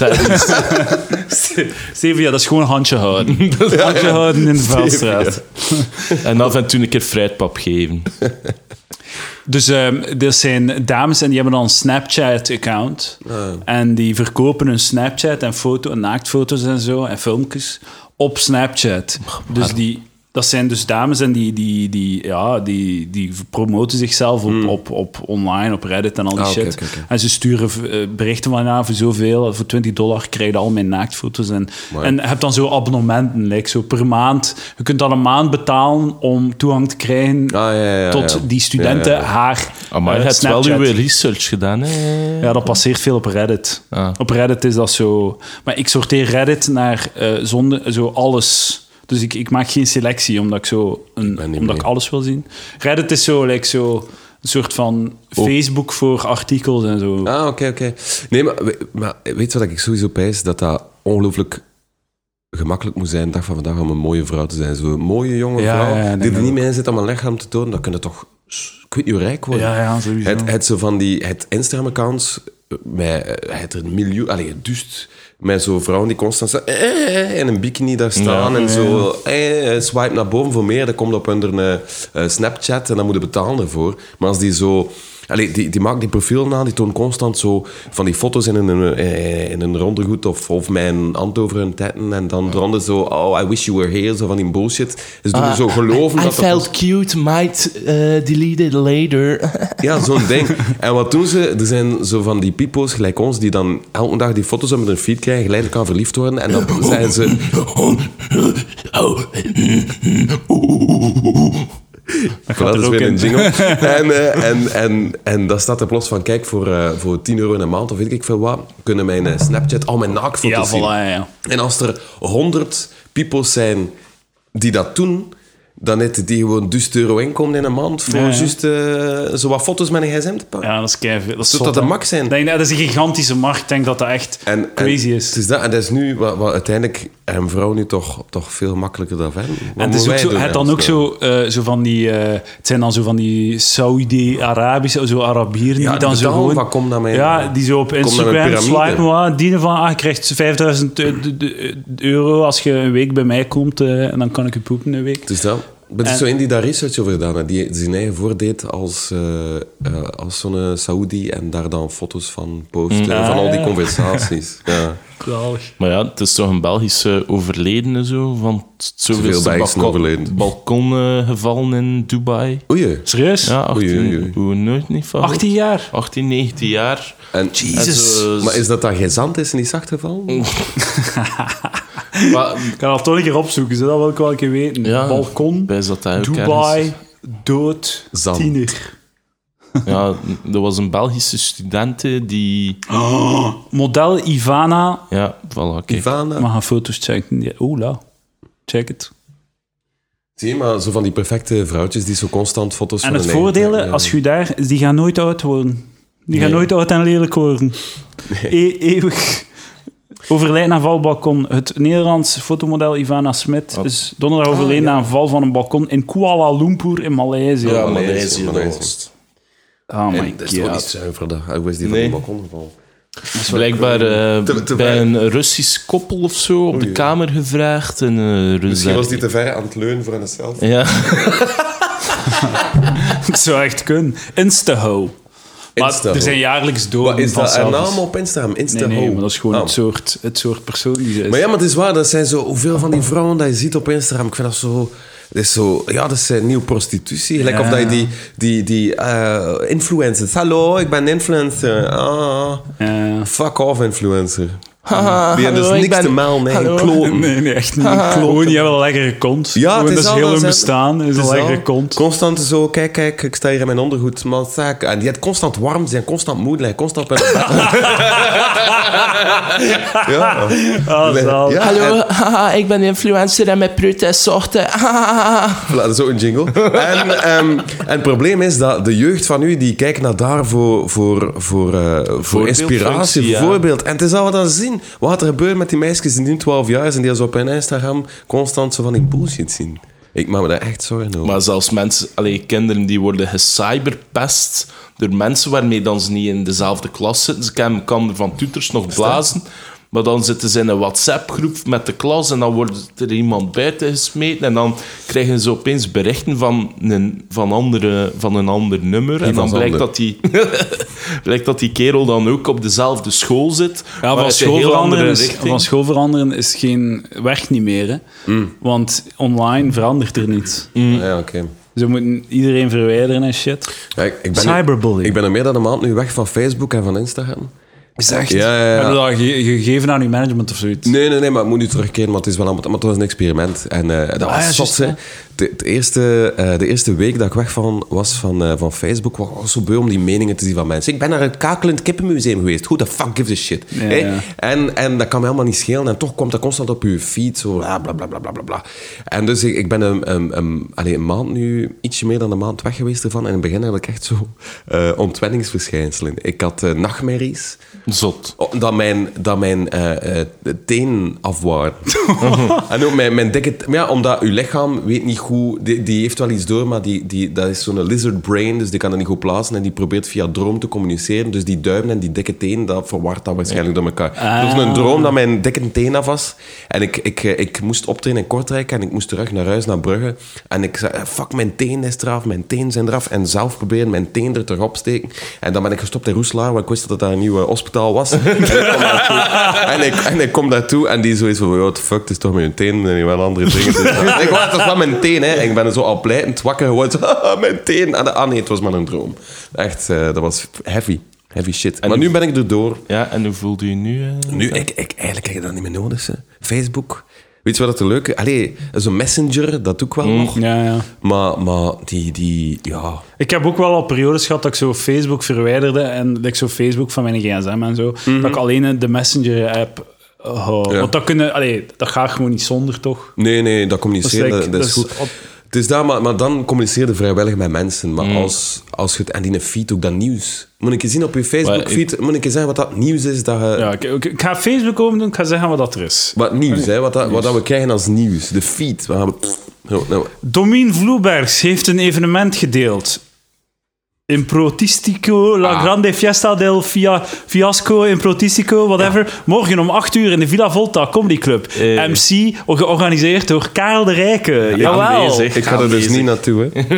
Steven, ja, dat is gewoon handje houden. Handje houden in de vuilstraat. En af en toe een keer fruitpap geven. Dus er zijn dames en die hebben dan een Snapchat-account. En die verkopen hun Snapchat en naaktfoto's en zo, en filmpjes op Snapchat. Dus dat zijn dus dames en die promoten zichzelf op online, op Reddit en al die shit. oké. En ze sturen berichten van, voor zoveel, voor $20 krijg je al mijn naaktfoto's. En je hebt dan zo abonnementen, like, zo per maand. Je kunt dan een maand betalen om toegang te krijgen tot die studenten haar Maar je hebt wel Snapchat. uw research gedaan, hè? Ja, dat passeert veel op Reddit. Ah. Op Reddit is dat zo... Maar ik sorteer Reddit naar zo alles... Dus ik maak geen selectie, omdat ik alles wil zien. Reddit is zo, een soort van Facebook voor artikels en zo. Ah, oké. Nee, maar weet je wat ik sowieso pijs? Dat ongelooflijk gemakkelijk moet zijn, dag van vandaag, om een mooie vrouw te zijn. Zo'n mooie jonge vrouw, die er niet mee in zit om een lichaam te tonen, dan kun je toch... Ik weet niet hoe rijk worden. Ja, sowieso. Het zo van het Instagram-accounts met een miljoen... Allee, dus met zo'n vrouwen die constant zo, in een bikini daar staan en zo swipe naar boven voor meer, dat komt op hun Snapchat en dan moet je betalen ervoor. Maar als die zo die maakt die profielen aan, die toont constant zo van die foto's in een rondergoed of mijn hand over hun tetten en dan eronder zo, oh, I wish you were here, zo van die bullshit. Dus doen er zo geloven I dat felt cute, might delete it later. Ja, zo'n ding. En wat doen ze? Er zijn zo van die pipo's, gelijk ons, die dan elke dag die foto's op hun feed krijgen, geleidelijk aan verliefd worden. En dan zijn ze... Dat is weer een jingle. En dat staat er plots van, kijk, voor €10 in een maand, of weet ik veel wat, kunnen mijn Snapchat al mijn naaktfoto's zien. Ja. En als er 100 pipo's zijn die dat doen, dan heeft die gewoon €1.000 inkomen in een maand voor juist zo wat foto's met een gsm te pakken. Ja, dat is keiveel. Dat is Zou dat de max zijn? Dat is een gigantische markt. Ik denk dat dat echt crazy is. Het is dat, en dat is nu wat uiteindelijk een vrouw nu toch veel makkelijker dan vinden. En het is ook zo, het dan ook zo van die... het zijn dan zo van die Saudi-Arabische, zo Arabieren, die dan zo gewoon... Wat komt naar mij? Ja, die zo op Instagram swipen, die van, je krijgt €5.000 als je een week bij mij komt en dan kan ik je poepen een week. Dus dat... Maar er is zo in die daar research over gedaan, die zijn eigen voordeed als zo'n Saoedi en daar dan foto's van posten, van al die conversaties. Ja. Zalig. Maar ja, het is toch een Belgische overledene zo, van Zoveel Belgische overleden. Balkongevallen in Dubai. Oei. Serieus? Ja, 18, hoe nooit niet van. 18 jaar? 18, 19 jaar. En Jesus. Maar is dat gezant is en die zacht gevallen? Maar, ik ga dat toch een keer opzoeken, dat wil ik wel een keer weten. Ja, Balkon, Dubai, dood, zand. 10er. Ja, er was een Belgische studente die... Model Ivana. Ja, voilà, kijk. Ivana. We gaan foto's checken. Oela, check het. Zie je, maar zo van die perfecte vrouwtjes die zo constant foto's En van het hun voordeel, eigen- als je daar... Die gaan nooit oud worden. Die gaan nooit oud en lelijk worden. Eeuwig. Overlijden aan valbalkon. Het Nederlands fotomodel Ivana Smit is donderdag overleden aan een val van een balkon in Kuala Lumpur in Maleisië. Ja, Maleisië. Maleisië. Oh my dat is toch niet god. zuiver, dat. Hoe is die van Nee. die balkon gevallen? Blijkbaar te bij ver. een Russisch koppel of zo op de kamer gevraagd. En, Misschien was die te ver aan het leunen voor een selfie. Ja. Het zou echt kunnen. Instaho. Maar Instaho. er zijn jaarlijks doden Wat is van dat? Een selfies. naam op Instagram? Instaho. Nee, maar dat is gewoon Ah. het soort persoon die ze is. Maar ja, maar het is waar, dat zijn zo hoeveel van die vrouwen dat je ziet op Instagram. Ik vind dat zo... Dat is zo... Ja, dat is nieuwe prostitutie. Gelijk Ja. of dat je die influencers... Hallo, ik ben influencer. Fuck off, influencer. Die hebben dus niks te melden, nee, een kloon. Nee, echt niet. Gewoon, die hebben een lekkere kont. Ja, Gewoon, het is dat is al, heel hun dat bestaan. Is een lekkere kont. Constant zo, kijk, ik sta hier in mijn ondergoed. Man, zaak. En die heeft constant warm, die zijn constant moe, die zijn constant op hun bed. Ja. Zalig. Ja, Hallo, haha, ik ben influencer en mijn prut is zochten. Voilà, zo een jingle. En het probleem is dat de jeugd van nu, die kijkt naar daar voor inspiratie, ja. voor voorbeeld. En het is al wat dan zien. Wat er gebeurt met die meisjes die nu 12 jaar zijn, die zo op hun Instagram constant zo van die bullshit zien. Ik maak me daar echt zorgen over. Maar zelfs mensen, kinderen die worden gecyberpest door mensen waarmee dan ze niet in dezelfde klas zitten. Ze kennen elkaar van tuters nog blazen. Maar dan zitten ze in een WhatsApp-groep met de klas en dan wordt er iemand buiten gesmeten en dan krijgen ze opeens berichten van een ander nummer. En dan blijkt dat die kerel dan ook op dezelfde school zit. Ja, maar van school veranderen is geen werk niet meer. Hè? Want online verandert er niets. Ja, oké. Ze moeten iedereen verwijderen en shit. Ja, ik ben Cyberbullying. Ik ben er meer dan een maand nu weg van Facebook en van Instagram. Is echt? Ja. Hebben we dat gegeven aan uw management of zoiets? Nee, maar het moet nu terugkeren, maar het is wel maar het was een experiment. En dat was zot, hè. De eerste week dat ik weg was van Facebook, was ik zo beu om die meningen te zien van mensen. Ik ben naar het kakelend kippenmuseum geweest. Who the fuck gives a shit? Ja, Hè? ja. En dat kan me helemaal niet schelen. En toch komt dat constant op je feed, zo bla bla bla bla bla bla. En dus ik ben een maand nu, ietsje meer dan een maand weg geweest ervan. En in het begin had ik echt zo ontwenningsverschijnselen. Ik had nachtmerries. Zot. dat mijn teen afwaart. En ook mijn dikke... Maar ja, omdat uw lichaam weet niet goed... Die heeft wel iets door, maar dat is zo'n lizard brain, dus die kan dat niet goed plaatsen en die probeert via droom te communiceren. Dus die duimen en die dikke teen, dat verwart dat waarschijnlijk door elkaar. Het was een droom dat mijn dikke teen af was. En ik moest optreden in Kortrijk en ik moest terug naar huis, naar Brugge. En ik zei, fuck, mijn teen is eraf, mijn teen zijn eraf. En zelf proberen mijn teen er terug op steken. En dan ben ik gestopt in Roeselaar, want ik wist dat daar een nieuw hospitaal was. En ik kom daartoe en die zoiets van, what the fuck, het is toch mijn teen en wel andere dingen. Dus ik was, dat is wel mijn teen, hè. En ik ben zo al pleitend wakker geworden. Mijn teen. En nee, het was maar een droom. Echt, dat was heavy. Heavy shit. Maar nu ben ik erdoor. Ja, en hoe voelde je nu? Nu, eigenlijk heb je dat niet meer nodig. Hè. Facebook. Weet je wat het leuke... Allee, zo'n Messenger, dat doe ik wel nog. Ja. Maar die... Ja... Ik heb ook wel al periodes gehad dat ik zo Facebook verwijderde en dat ik zo Facebook van mijn gsm en zo, dat ik alleen de Messenger-app hou. Ja. Want dat gaat gewoon niet zonder, toch? Nee, dat communiceren, dat is goed. Het is daar, maar dan communiceer je vrijwillig met mensen. Maar als je het... En die feed ook, dat nieuws. Moet ik je zien op je Facebook-feed? Moet ik je zeggen wat dat nieuws is? Dat je... Ja, ik ga Facebook open doen, ik ga zeggen wat dat er is. Wat nieuws, hè? Wat dat we krijgen als nieuws. De feed. Domien Vloebergs heeft een evenement gedeeld. Improtistico, La Grande Fiesta del Fiasco, Improtistico, whatever. Morgen om 8 uur in de Villa Volta Comedy Club. MC, georganiseerd door Karel de Rijke. Jawel. Ik ga er dus niet naartoe, hè.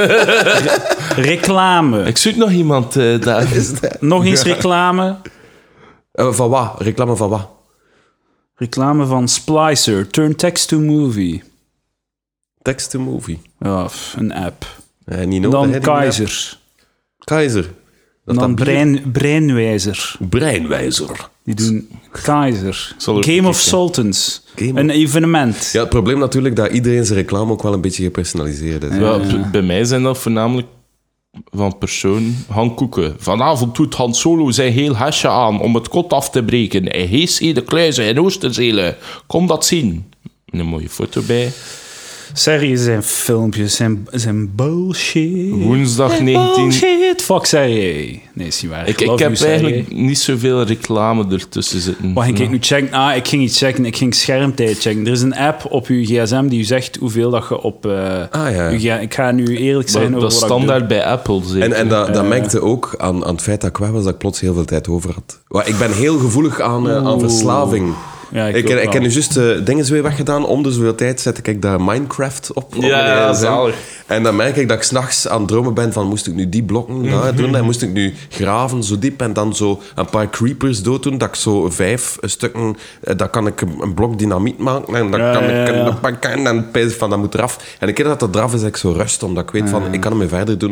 Reclame. Ik zoek nog iemand daar. Nog eens reclame. Van wat? Reclame van wat? Reclame van Splicer. Turn text to movie. Text to movie. Ja, een app. Niet nodig, Dan hè, Keizer. Keizer. Dan Breinwijzer. Breinwijzer. Die doen Keizer. Zal Game of Sultans. Game Een evenement. Ja, het probleem natuurlijk dat iedereen zijn reclame ook wel een beetje gepersonaliseerd is. Ja, bij mij zijn dat voornamelijk van persoon Han Koeken. Vanavond doet Han Solo zijn heel hesje aan om het kot af te breken. Hij hees de kluizen in Oosterzelen. Kom dat zien. Een mooie foto bij. Series en filmpjes zijn bullshit. Woensdag 19... Bullshit. Fuck serie. Nee, is niet waar. Ik heb eigenlijk niet zoveel reclame ertussen zitten. Wat ging ik nu checken? Ik ging iets checken. Ik ging schermtijd checken. Er is een app op je gsm die je zegt hoeveel dat je op... Ik ga nu eerlijk zijn over dat is wat standaard bij Apple, zeker. En dat merkte ook aan het feit dat ik weg was, dat ik plots heel veel tijd over had. Ik ben heel gevoelig aan verslaving. Ja, ik heb nu juist dingen weer weggedaan. Om de zoveel tijd zet ik daar Minecraft op. Ja, zalig. En dan merk ik dat ik 's nachts aan het dromen ben van moest ik nu die blokken doen en moest ik nu graven zo diep en dan zo een paar creepers dood doen, dat ik zo 5 stukken, dan kan ik een blok dynamiet maken en dan kan ik pakken en pijs van dat moet eraf. En een keer dat eraf is, heb ik zo rust, omdat ik weet van ik kan ermee verder doen.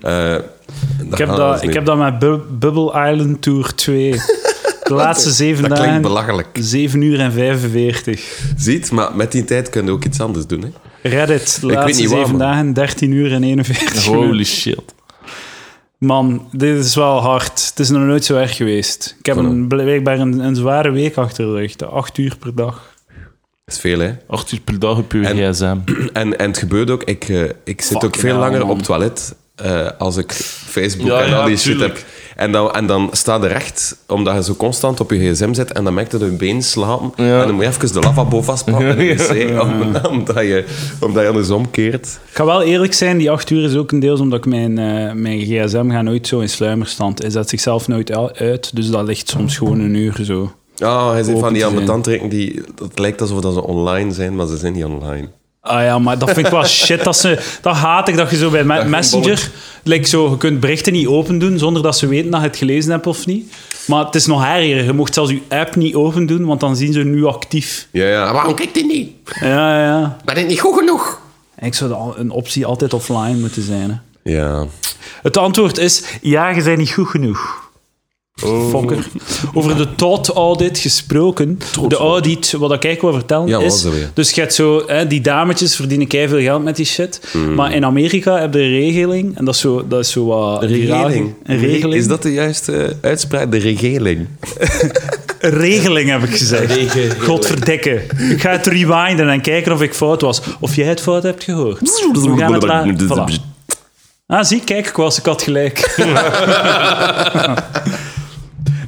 Ik heb dat met Bubble Island Tour 2. De laatste 7 dagen. Dat klinkt belachelijk. 7 uur en 45. Ziet, maar met die tijd kun je ook iets anders doen. Hè? Reddit, de laatste 7 dagen, 13 uur en 41 minuten. Holy shit. Man, dit is wel hard. Het is nog nooit zo erg geweest. Ik heb blijkbaar een zware week achter de rug. 8 uur per dag. Dat is veel, hè? 8 uur per dag op uw gsm. En het gebeurt ook, ik zit ook veel langer op het toilet als ik Facebook en al die shit heb. En dan staat er recht, omdat je zo constant op je gsm zit en dan merk je dat je been slapen. Ja. En dan moet je even de lavabo vastpakken in de wc, omdat je andersom keert. Ik ga wel eerlijk zijn, die 8 uur is ook een deels omdat ik mijn gsm gaat nooit zo in sluimerstand. Hij zet zichzelf nooit uit, dus dat ligt soms gewoon een uur zo. Ja, hij zit van die ambetantrekken die... Het lijkt alsof dat ze online zijn, maar ze zijn niet online. Ah ja, maar dat vind ik wel shit. Dat haat ik, dat je zo bij Messenger... je kunt berichten niet open doen zonder dat ze weten dat je het gelezen hebt of niet. Maar het is nog erger. Je mocht zelfs je app niet open doen, want dan zien ze nu actief. Ja. Waarom kijkt die niet? Ja. Ben ik niet goed genoeg? Ik zou een optie altijd offline moeten zijn. Hè. Ja. Het antwoord is, ja, je bent niet goed genoeg. Fokker. Over de Todd-audit gesproken. De audit, wat ik eigenlijk wil vertellen, is... Dus je hebt zo... die dametjes verdienen keiveel geld met die shit. Maar in Amerika heb je een regeling. En dat is zo wat... Een regeling? Een regeling. Is dat de juiste uitspraak? De regeling? Een regeling, heb ik gezegd. Godverdikke. Ik ga het rewinden en kijken of ik fout was. Of jij het fout hebt gehoord. We gaan het laten... Voilà. Zie, kijk, ik had gelijk.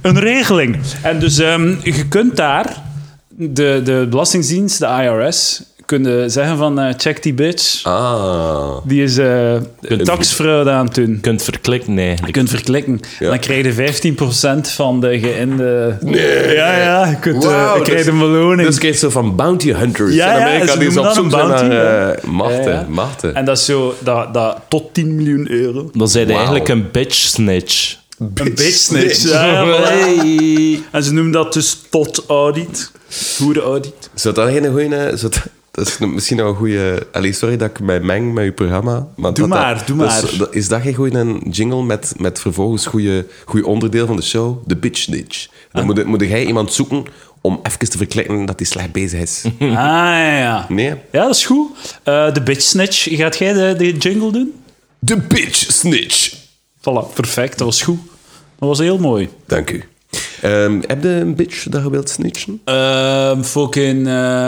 een regeling. En dus je kunt daar, de Belastingdienst, de IRS, kunnen zeggen van check die bitch. Die is taxfraude aan het doen. Je kunt verklikken eigenlijk. Je kunt verklikken. Ja. Dan krijg je 15% van de geïnde... Nee. Ja, je kunt, Wauw, je krijgt dus- een beloning. Dus krijg je zo van bounty hunters Ja, in ja, Amerika. ze Die is noemen op dat zoek een zijn bounty, naar machten. Ja. machten. En dat is zo, dat tot 10 miljoen euro. Dan zijn Wauw. eigenlijk een bitch snitch. Een bitch snitch. Ja, voilà. Hey. En ze noemen dat dus tot audit. Hoede audit. Zou dat geen goeie... Dat is misschien nog een goede... Allee, sorry dat ik mij meng met uw programma. Maar Doe maar. Is dat geen goede jingle met vervolgens goede onderdeel van de show? De bitch snitch. Dan moet jij iemand zoeken om even te verklikken dat hij slecht bezig is. Ja. Nee? Ja, dat is goed. De bitch snitch. Gaat jij de jingle doen? De bitch snitch. Voilà, perfect. Dat was goed. Dat was heel mooi. Dank u. Heb je een bitch dat je wilt snitchen? Fucking...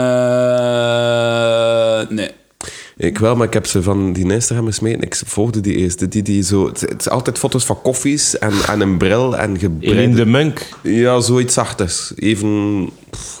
nee. Ik wel, maar ik heb ze van die Instagram gesmeten. Ik volgde die eerste. Die zo, het is altijd foto's van koffies en een bril en Eline gebreide... de Munk. Ja, zoiets zachters. Even...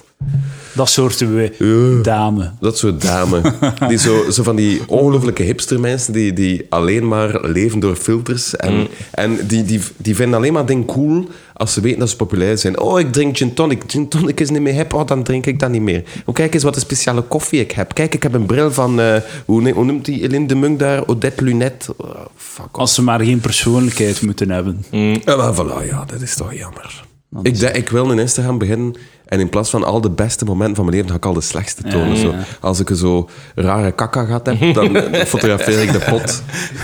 Dat soort dame. Dat soort dame. Die zo van die ongelooflijke hipstermensen die alleen maar leven door filters. En die vinden alleen maar dingen cool als ze weten dat ze populair zijn. Oh, ik drink gin tonic. Gin tonic is niet meer hip. Oh, dan drink ik dat niet meer. Oh, kijk eens wat een speciale koffie ik heb. Kijk, ik heb een bril van... hoe noemt die Eline de Munk daar? Odette Lunette. Oh, fuck off. Als ze maar geen persoonlijkheid moeten hebben. Maar voilà, ja, dat is toch jammer. Ik wil een Instagram beginnen en in plaats van al de beste momenten van mijn leven, ga ik al de slechtste tonen. Ja. Zo. Als ik zo rare kakka gehad heb, dan fotografeer ik de pot.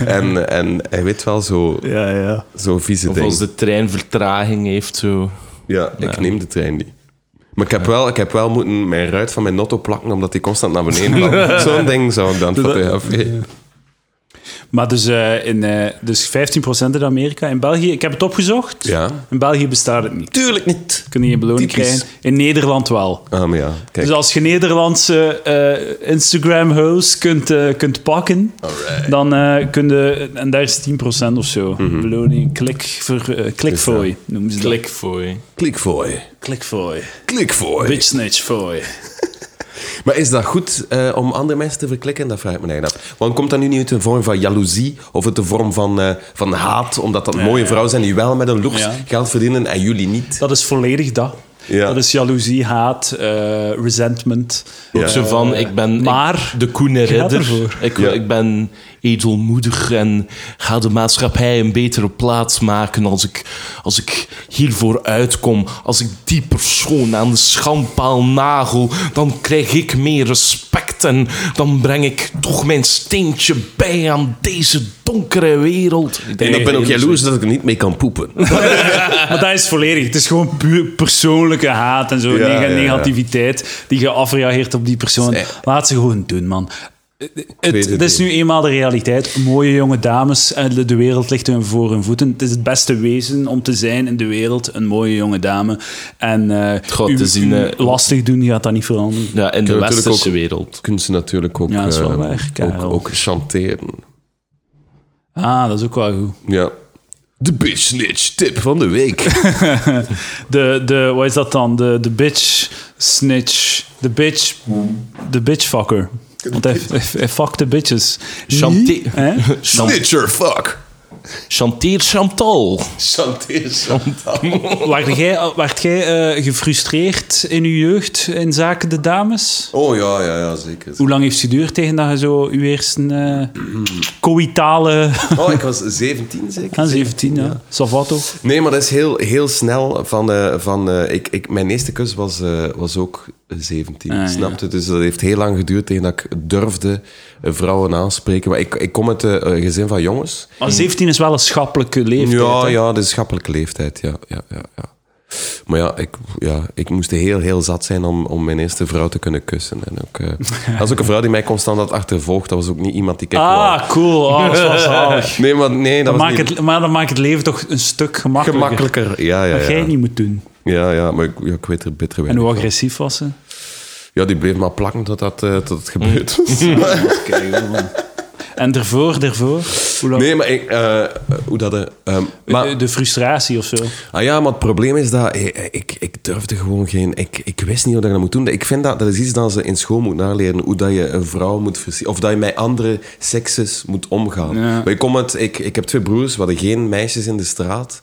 En hij weet wel, zo vieze Of dingen. als de trein vertraging heeft, zo... Ja, ik neem de trein niet. Maar ik heb wel moeten mijn ruit van mijn notto plakken, omdat die constant naar beneden kwam. Zo'n ding zou ik dan fotograferen. Maar dus 15% in Amerika. In België, ik heb het opgezocht. Ja. In België bestaat het niet. Tuurlijk niet. Kun je geen beloning Typisch. krijgen. In Nederland wel. Ah, maar ja, kijk. Dus als je Nederlandse Instagram-hosts kunt pakken, dan kun je... En daar is 10% of zo. Beloning. Klikfooi noemen ze dat. Klikfooi. Klikfooi. Klikfooi. Klikfooi. Bitch snitch fooi. Maar is dat goed om andere mensen te verklikken? Dat vraag ik me eigenlijk af. Want komt dat nu niet uit de vorm van jaloezie of uit de vorm van haat, omdat dat mooie vrouwen zijn die wel met een looks geld verdienen en jullie niet? Dat is volledig dat. Ja. Dat is jaloezie, haat, resentment. Ook zo van, ik ben de koene gaat ridder. ervoor. Ik ben edelmoedig en ga de maatschappij een betere plaats maken als ik hiervoor uitkom. Als ik die persoon aan de schandpaal nagel, dan krijg ik meer respect en dan breng ik toch mijn steentje bij aan deze donkere wereld. En ik ben ook jaloers dat ik er niet mee kan poepen. Maar dat is volledig. Het is gewoon puur persoonlijke haat en zo. Negativiteit die je afreageert op die persoon. Laat ze gewoon doen, man. Het is nu eenmaal de realiteit. Mooie jonge dames, de wereld ligt hun voor hun voeten. Het is het beste wezen om te zijn in de wereld, een mooie jonge dame. En lastig doen, gaat dat niet veranderen. Ja, in de natuurlijk westerse ook- wereld. Kunnen ze natuurlijk ook, Ja, dat is wel waar, Karel. ook chanteren. Ah, dat is ook wel goed. Ja. De bitch snitch tip van de week. Wat is dat dan? De bitch snitch. De bitch fucker. Want hij fuck de bitches. Chanté- Hè? Snitcher fuck. Chanteer Chantal. Chanteer Werd jij gefrustreerd in je jeugd in zaken de dames? Oh ja, zeker. Hoe lang heeft het geduurd tegen dat je zo je eerste coïtale... Oh, ik was 17 zeker. Aan 17, ja. Savato. Nee, maar dat is heel snel mijn eerste kus was ook 17, Ah, snapte? Dus dat heeft heel lang geduurd tegen dat ik durfde vrouwen aanspreken. Maar ik kom uit een gezin van jongens. Maar 17 is wel een schappelijke leeftijd. hè? Ja, de schappelijke leeftijd, ja. Maar ik moest heel zat zijn om mijn eerste vrouw te kunnen kussen. En ook, dat is ook een vrouw die mij constant had achtervolgd. Dat was ook niet iemand die... Cool. Oh, dat was zalig. Nee, dat was niet... Maar dan maakt het leven toch een stuk gemakkelijker. Gemakkelijker, ja. Dat jij het niet moet doen. Ja, maar ik weet er bitter En weinig hoe van. agressief was ze? Ja, die bleef maar plakken tot het gebeurd was. En daarvoor? Nee, maar hoe dat... maar, De frustratie of zo. ja, maar het probleem is dat ik durfde gewoon geen... Ik wist niet hoe dat moet doen. Ik vind dat is iets dat ze in school moet naleren. Hoe dat je een vrouw moet versieren. Of dat je met andere sekses moet omgaan. Ja. Maar ik heb 2 broers. We hadden geen meisjes in de straat.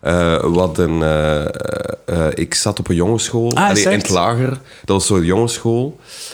Ik zat op een jongensschool. In het lager. Dat was zo'n jongensschool.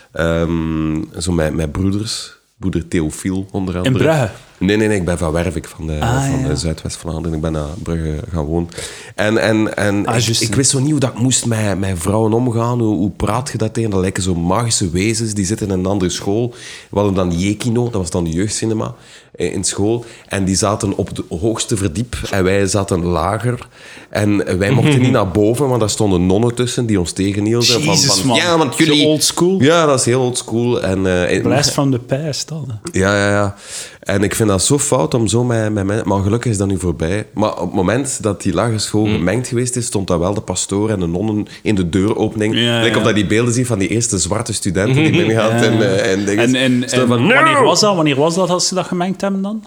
Zo met broeders. Broeder Theofiel, onder andere. In Brugge? Nee, ik ben van Wervik, van Zuidwest-Vlaanderen. Ik ben naar Brugge gaan wonen. En ik wist zo niet hoe dat ik moest met vrouwen omgaan. Hoe praat je dat tegen? Dat lijken zo magische wezens. Die zitten in een andere school. We hadden dan Jekino, dat was dan de jeugdcinema, in school. En die zaten op de hoogste verdiep. En wij zaten lager. En wij mochten niet naar boven, want daar stonden nonnen tussen die ons tegenhielden. Jezus, man. Ja, want jullie... Zo old school? Ja, dat is heel old school. Blast from the past, al. Ja. En ik vind dat zo fout om zo met maar gelukkig is dat nu voorbij. Maar op het moment dat die lagere school gemengd geweest is, stond dat wel de pastoor en de nonnen in de deuropening. Lijkt of dat die beelden zien van die eerste zwarte studenten die binnengaan en dingen. En wanneer was dat als ze dat gemengd hebben dan?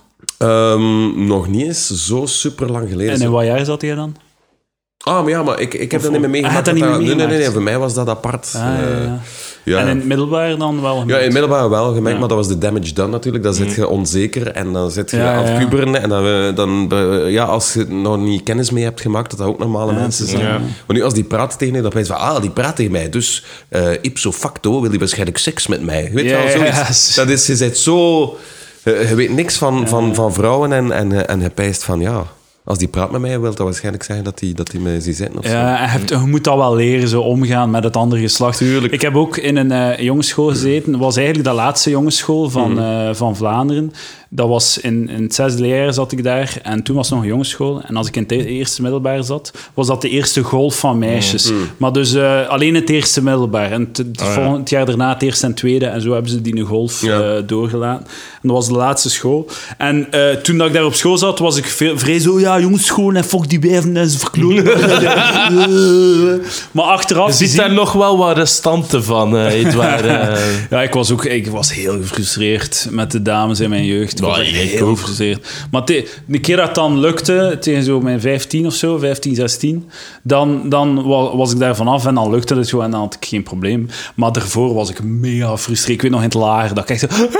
Nog niet eens zo super lang geleden. En in wat jaar zat hij dan? Maar ik heb dat niet meer meegemaakt. Nee, voor mij was dat apart. Ja. En in het middelbaar dan wel gemengd? Ja, in het middelbaar wel gemengd, maar dat was de damage done natuurlijk. Dan zit je onzeker en dan zit je aan het puberen. En als je nog niet kennis mee hebt gemaakt, dat ook normale mensen zijn. Ja. Maar nu, als die praten tegen je, dan weet je van, die praat tegen mij. Dus ipso facto wil die waarschijnlijk seks met mij. Weet je wel, zoiets. Dat is, je bent zo... Je weet niks van vrouwen en je pijst van, als die praat met mij, wil dat waarschijnlijk zeggen dat die me ziet zitten. Of je moet dat wel leren, zo omgaan met het andere geslacht. Tuurlijk. Ik heb ook in een jongensschool gezeten. Dat was eigenlijk de laatste jongensschool van Vlaanderen. Dat was in het 6e leerjaar zat ik daar. En toen was het nog een jongensschool. En als ik in het eerste middelbaar zat, was dat de eerste golf van meisjes. Maar dus alleen het eerste middelbaar. En volgend jaar daarna het eerste en tweede. En zo hebben ze die golf doorgelaten. En dat was de laatste school. En toen dat ik daar op school zat, was ik vrij zo... jongensschool en fuck die wijven en ze verklonen. Maar achteraf... Je ziet daar nog wel wat restanten van, Edouard. Ja, ik was heel gefrustreerd met de dames in mijn jeugd. Ik was heel gefrustreerd. Maar de keer dat het dan lukte, tegen zo mijn 15 of zo, 15, 16, dan was ik daar vanaf en dan lukte het zo en dan had ik geen probleem. Maar daarvoor was ik mega gefrustreerd. Ik weet nog in het lager dat ik echt zo...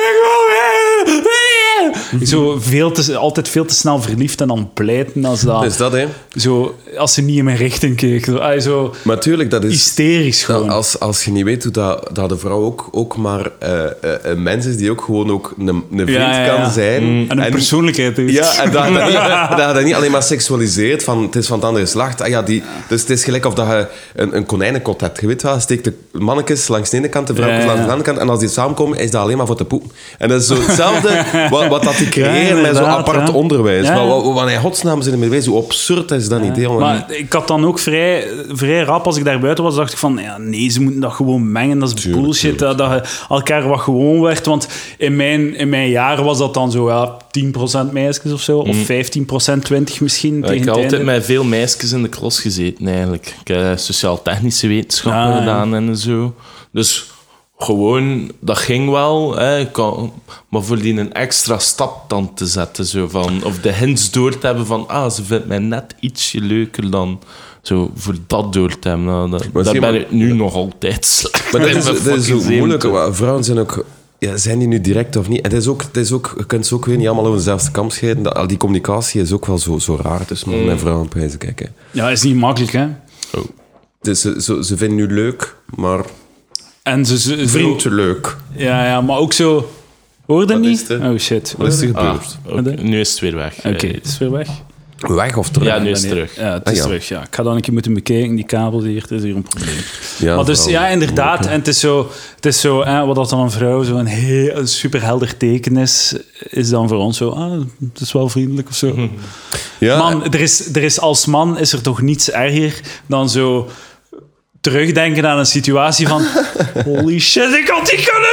altijd veel te snel verliefd en dan pleiten als dat... Is dat, hè? Zo, als ze niet in mijn richting keek. Zo maar natuurlijk, dat is... hysterisch gewoon. Als je niet weet hoe dat de vrouw ook maar een mens is die ook gewoon ook een vriend kan zijn. En een persoonlijkheid heeft. Ja, en dat je niet alleen maar seksualiseert van het is van het andere geslacht. Dus het is gelijk of dat je een konijnenkot hebt. Je weet wel, steekt de mannetjes langs de ene kant, de vrouwtjes langs de andere kant. En als die samenkomen, is dat alleen maar voor te poepen. En dat is zo hetzelfde wat dat die creëren met zo'n apart onderwijs. Wanneer godsnaam zijn er mee hoe absurd is dat idee? Maar ik had dan ook vrij rap, als ik daar buiten was, dacht ik van, nee, ze moeten dat gewoon mengen. Dat is bullshit. Dat je elkaar wat gewoon werd. Want in mijn jaren was dat dan zo 10% meisjes of zo. Of 15%, 20% misschien. Ik heb altijd met veel meisjes in de klas gezeten, eigenlijk. Ik heb sociaal-technische wetenschappen gedaan en zo. Dus... gewoon, dat ging wel, maar voor die een extra stap dan te zetten, zo van, of de hints door te hebben van, ze vindt mij net ietsje leuker dan, zo, voor dat door te hebben. Daar ben ik nu nog altijd slecht. Maar dat is ook moeilijk, vrouwen zijn ook... Ja, zijn die nu direct of niet? Het is ook, je kunt ze ook weer niet allemaal over dezelfde kam scheiden. Die communicatie is ook wel zo raar tussen mannen en vrouwen. Kijk. Ja, is niet makkelijk, hè? Oh. Dus ze vinden nu leuk, maar... En ze vriendelijk. Ja, maar ook zo... Hoorde niet? Oh, shit. Wat is er gebeurd? Nu is het weer weg. Oké, het is weer weg. Weg of terug? Ja, nu is het terug. Ja, het is terug, ja. Ik ga dan een keer moeten bekijken, die kabel hier, het is hier een probleem. Ja, maar dus, inderdaad, en het is zo wat dat dan een vrouw zo'n heel super helder teken is dan voor ons zo, het is wel vriendelijk of zo. Ja. Man, er is als man is er toch niets erger dan zo terugdenken aan een situatie van holy shit, ik had die kunnen doen!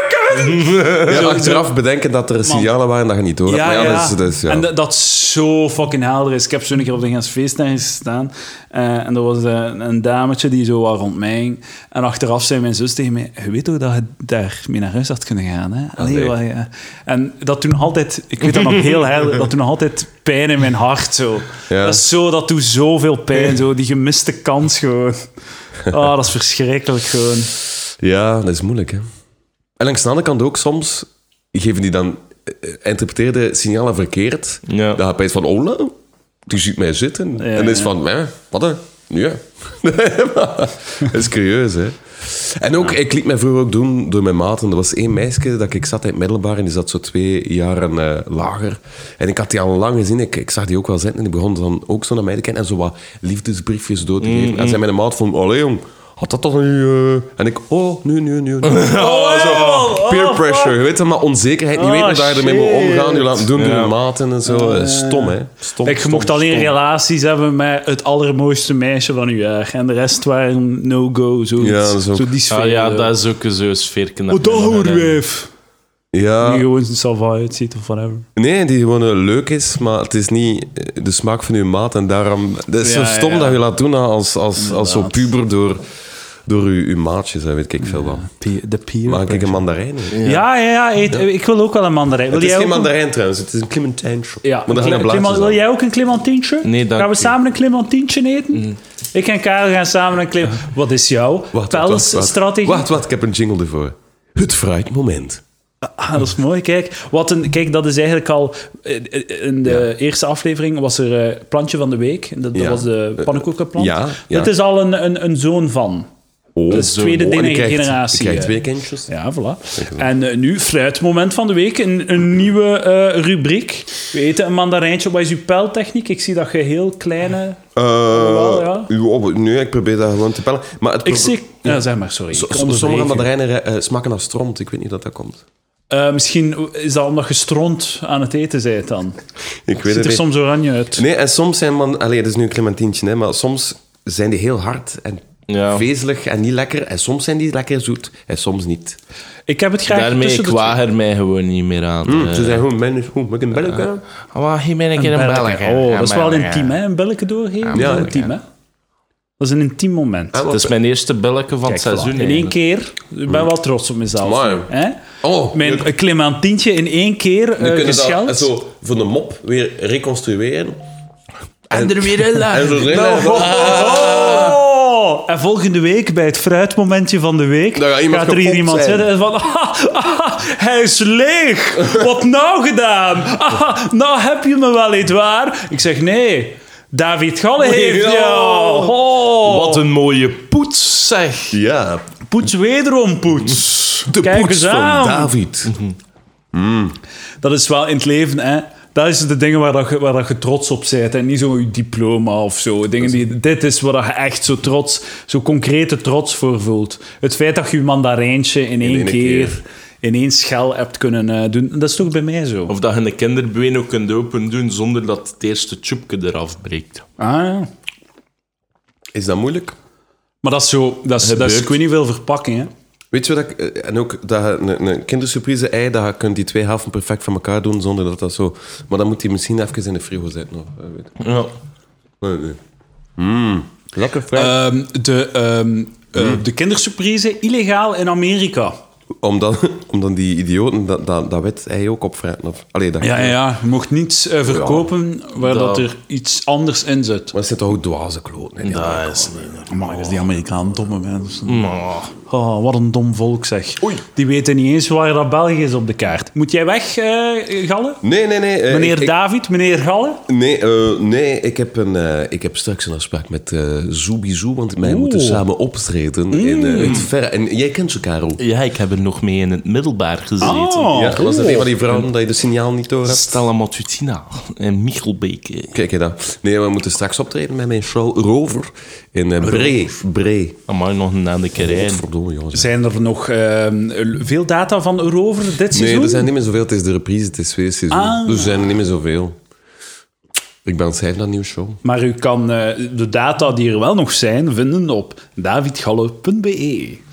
Ja, achteraf bedenken dat er signalen waren dat je niet door hebt. Ja, Maar ja. Dus, ja. En dat zo fucking helder is. Ik heb zo een keer op de Gens feest gestaan. En er was een dametje die zo wat rond mij ging. En achteraf zei mijn zus tegen mij... Je weet toch dat je daar mee naar huis had kunnen gaan, hè? Allee, nee. wat, ja. En dat toen altijd... Ik weet dat nog heel helder. Dat toen nog altijd pijn in mijn hart, zo. Ja. Dat doet zoveel pijn, zo. Die gemiste kans, gewoon. Oh, dat is verschrikkelijk, gewoon. Ja, dat is moeilijk, hè. En langs de andere kant ook soms geven die dan interpreteerde signalen verkeerd. Ja. Dan heb je van, oh, die ziet mij zitten. En dan is van, wat hè? Ja. Dat is curieus, hè. En ook, ik liet mij vroeger ook doen door mijn maten. Er was één meisje dat ik zat in het middelbaar en die zat zo 2 jaren lager. En ik had die al lang gezien. Ik zag die ook wel zitten en die begon dan ook zo naar mij te kijken en zo wat liefdesbriefjes door te geven. En zei mijn maat van, allee jong, had dat toch nu... En ik, nu. Zo, peer pressure. Je weet dat, maar onzekerheid. Niet weten dat je ermee moet omgaan. Je laat doen door je maten en zo. Stom, hè. Stom, Je mocht alleen relaties hebben met het allermooiste meisje van je jaar. En de rest waren no-go. Zo die sfeer. Ah ja, dat is ook zo'n sfeerken. Wat dat hoorwijf. Ja. Die gewoon salva uitziet of whatever. Nee, die gewoon leuk is, maar het is niet de smaak van je maat. En daarom... Dat is zo stom dat je laat doen als zo puber door uw maatjes, dat weet ik veel wat. De peer. Mag ik een mandarijn? Ja. Ik wil ook wel een mandarijn. Het is geen mandarijn trouwens, het is een clementijntje. Ja, Maar daar gaan blaadjes wil aan. jij ook een clementientje? Nee, dank Gaan we u. samen een clementientje eten? Ik en Karel gaan samen een clementientje. Wat is jouw pelsstrategie? Wacht, ik heb een jingle ervoor. Het fruitmoment. Ah, dat is mooi. Kijk, dat is eigenlijk al... In de eerste aflevering was er plantje van de week. Dat was de pannenkoekenplant. Ja. Dat is al een zoon van. Oh, Dat is de tweede en je generatie. Je krijgt 2 kindjes. Ja, voilà. En nu, fruitmoment van de week. Een nieuwe rubriek. We eten een mandarijntje. Wat is uw pijltechniek? Ik zie dat je heel kleine... Nee, ik probeer dat gewoon te pellen. Maar het zeg maar, sorry. sommige mandarijnen smaken naar stront. Ik weet niet dat dat komt. Misschien is dat omdat je stront aan het eten bent dan. Ik weet Ziet het er niet. soms oranje uit. Nee, en soms zijn dat is nu een clementientje, hè, maar soms zijn die heel hard en vezelig en niet lekker. En soms zijn die lekker zoet en soms niet. Ik heb het graag Daarmee tussen de kwaad er mij gewoon niet meer aan. Ze zijn gewoon, mag ik een belletje? Geef mij een keer een belletje. Oh, dat is wel intiem, hè? Een belletje doorgeven. Ja, intiem, hè? Dat is een intiem moment. Het is mijn eerste belletje van het seizoen. In één keer. Ik ben wel trots op mezelf. Amai. Nu, hè? Mijn leuk. clementientje in één keer We kunnen gescheld. dat zo voor de mop weer reconstrueren. En er weer in En zo Oh! En volgende week, bij het fruitmomentje van de week, Dan gaat iemand gaat er hier kapot iemand zijn. zitten en van... hij is leeg! Wat nou gedaan? Nou heb je me wel iets waar. Ik zeg, nee... David Galle heeft Ja. jou. Oh. Wat een mooie poets, zeg. Ja, Poets wederom poets. de Kijk poets eens van aan. David. Dat is wel in het leven, hè. Dat is de dingen waar dat je trots op bent. En niet zo je diploma of zo. Dingen dit is waar je echt zo concrete trots voor voelt. Het feit dat je je mandarijntje in één keer in één schel hebt kunnen doen. Dat is toch bij mij zo? Of dat je een kinderbeen ook kunt open doen zonder dat het eerste tjoepje eraf breekt. Ah, ja. Is dat moeilijk? Maar dat is zo... Dat is ik weet niet veel verpakking, hè. Weet je wat en ook dat je een kindersurprise ei, dat je kunt die 2 helften perfect van elkaar doen zonder dat dat zo... Maar dan moet die misschien even in de frigo zetten. Nog, weet ik. Ja. Nee. Lekker vrij. De kindersurprise illegaal in Amerika. Omdat die idioten dat wet ei ook opvretten. Ja. Je mocht niets verkopen waar dat er iets anders in zit. Maar het zijn toch ook dwaze kloten. Hè, Dat is niet... Maar is die Amerikanen domme mensen. Maar... Oh, wat een dom volk, zeg. Oei. Die weten niet eens waar dat België is op de kaart. Moet jij weg, Galle? Nee. Meneer David, meneer Galle? Nee, ik heb straks een afspraak met Zoubizou, want wij moeten samen optreden in het verre... En jij kent ze, Karel? Ja, ik heb er nog mee in het middelbaar gezeten. Oh, Ja, was dat een van die vrouwen dat je de signaal niet door hebt? Stella Matutina en Michelbeke. Kijk je dat? Nee, we moeten straks optreden met mijn show Rover in Bree. Amai, nog een aan de kerijn. Godverdomme, jongens. Zijn er nog veel data van Rover dit seizoen? Nee, er zijn niet meer zoveel. Het is de reprise, het is weer seizoen. Ah. Dus er zijn er niet meer zoveel. Ik ben aan het schrijven naar een nieuwe show. Maar u kan de data die er wel nog zijn vinden op davidgalle.be.